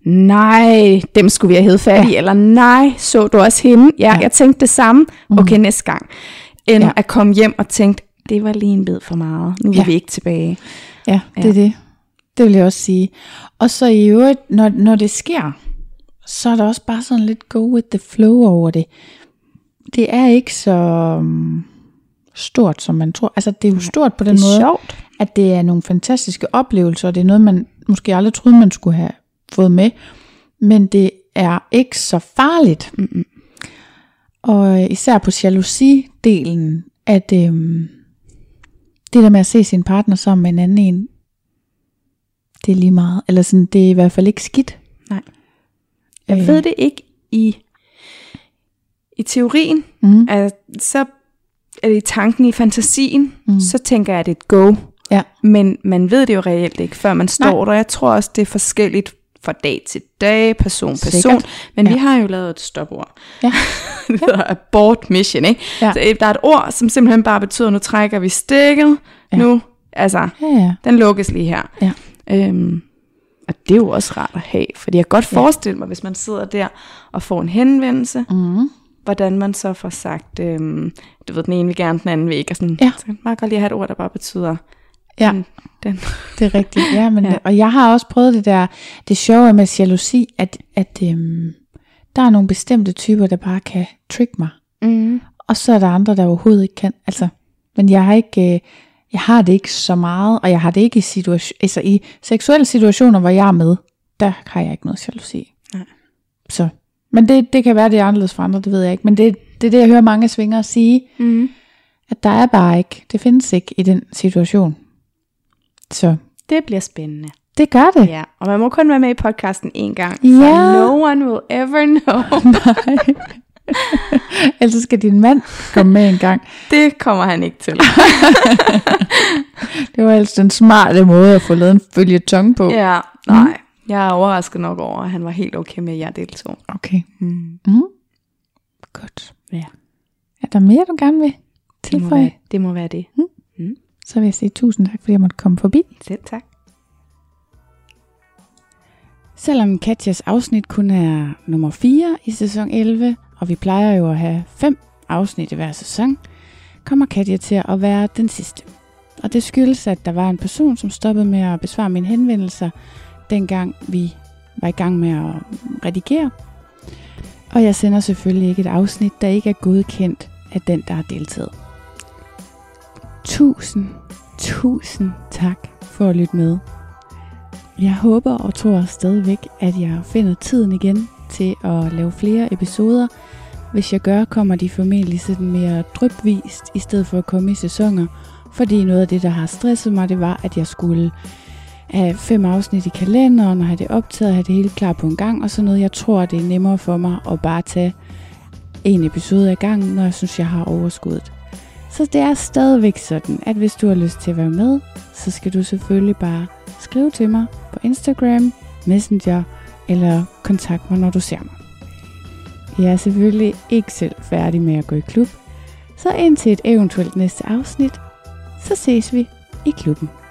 nej, dem skulle vi have heddet fat i, ja. Eller nej, så du også hende? Ja, ja. Jeg tænkte det samme, okay, mm. næste gang. End ja. At komme hjem og tænke, det var lige en bid for meget, nu vil ja. Vi ikke tilbage. Ja, det ja. Er det. Det vil jeg også sige. Og så i øvrigt, når, når det sker, så er der også bare sådan lidt go with the flow over det. Det er ikke så um, stort, som man tror. Altså, det er jo stort på den måde, sjovt. At det er nogle fantastiske oplevelser, og det er noget, man måske aldrig troede, man skulle have fået med. Men det er ikke så farligt. Mm-mm. Og især på jalousi-delen, at øhm, det der med at se sin partner sammen med en anden en, det er lige meget. Eller sådan, det er i hvert fald ikke skidt. Nej. Jeg øh. ved det ikke i, i teorien. Mm. At så er det i tanken, i fantasien, mm. så tænker jeg, at det er et go. Ja. Men man ved det jo reelt ikke, før man står der. Jeg tror også, det er forskelligt fra dag til dag, person person. Sikkert. Men ja. Vi har jo lavet et stopord. Ja. Det hedder abort mission, ikke? Ja. Så der er et ord, som simpelthen bare betyder, nu trækker vi stikket. Ja. Nu, altså, ja, ja. Den lukkes lige her. Ja. Øhm, og det er jo også rart at have, fordi jeg kan godt forestille mig, hvis man sidder der og får en henvendelse, mm. hvordan man så får sagt, øhm, du ved, den ene vil gerne, den anden vil ikke, og sådan, ja. Så kan man godt lige have et ord, der bare betyder, ja, den, den. Det er rigtigt, ja, men, ja. Og jeg har også prøvet det der, det sjove med jalousi, at, at øhm, der er nogle bestemte typer, der bare kan trick mig, mm. og så er der andre, der overhovedet ikke kan, altså, men jeg har ikke, øh, jeg har det ikke så meget, og jeg har det ikke i, situation, altså i seksuelle situationer, hvor jeg er med, der har jeg ikke noget jalousi. Nej. Så, men det, det kan være, det er anderledes for andre, det ved jeg ikke, men det, det er det, jeg hører mange svingere sige, mm. at der er bare ikke, det findes ikke i den situation. Så det bliver spændende. Det gør det. Ja, og man må kun være med i podcasten en gang, ja. For no one will ever know. Nej. Ellers skal din mand komme med en gang. Det kommer han ikke til. Det var altså den smarte måde at få lavet en føljeton på. Ja, nej. Mm. Jeg er overrasket nok over, at han var helt okay med, at jeg deltog. Okay. Mm. Mm. Godt. Ja. Er der mere, du gerne vil tilføje? Det må være det. Må være det. Mm. Mm. Så vil jeg sige tusind tak, fordi jeg måtte komme forbi. Selv tak. Selvom Katjas afsnit kun er nummer fire i sæson elleve, og vi plejer jo at have fem afsnit i hver sæson, kommer Katja til at være den sidste. Og det skyldes, at der var en person, som stoppede med at besvare mine henvendelser, dengang vi var i gang med at redigere. Og jeg sender selvfølgelig ikke et afsnit, der ikke er godkendt af den, der har deltaget. Tusind, tusind tak for at lytte med. Jeg håber og tror stadigvæk, at jeg finder tiden igen til at lave flere episoder. Hvis jeg gør, kommer de formentlig sådan mere drypvist, i stedet for at komme i sæsoner. Fordi noget af det, der har stresset mig, det var, at jeg skulle have fem afsnit i kalenderen, og have det optaget, have det hele klar på en gang, og sådan noget. Jeg tror, det er nemmere for mig at bare tage en episode ad gangen, når jeg synes, jeg har overskuddet. Så det er stadigvæk sådan, at hvis du har lyst til at være med, så skal du selvfølgelig bare skrive til mig på Instagram, Messenger eller kontakt mig, når du ser mig. Jeg er selvfølgelig ikke selv færdig med at gå i klub, så indtil et eventuelt næste afsnit, så ses vi i klubben.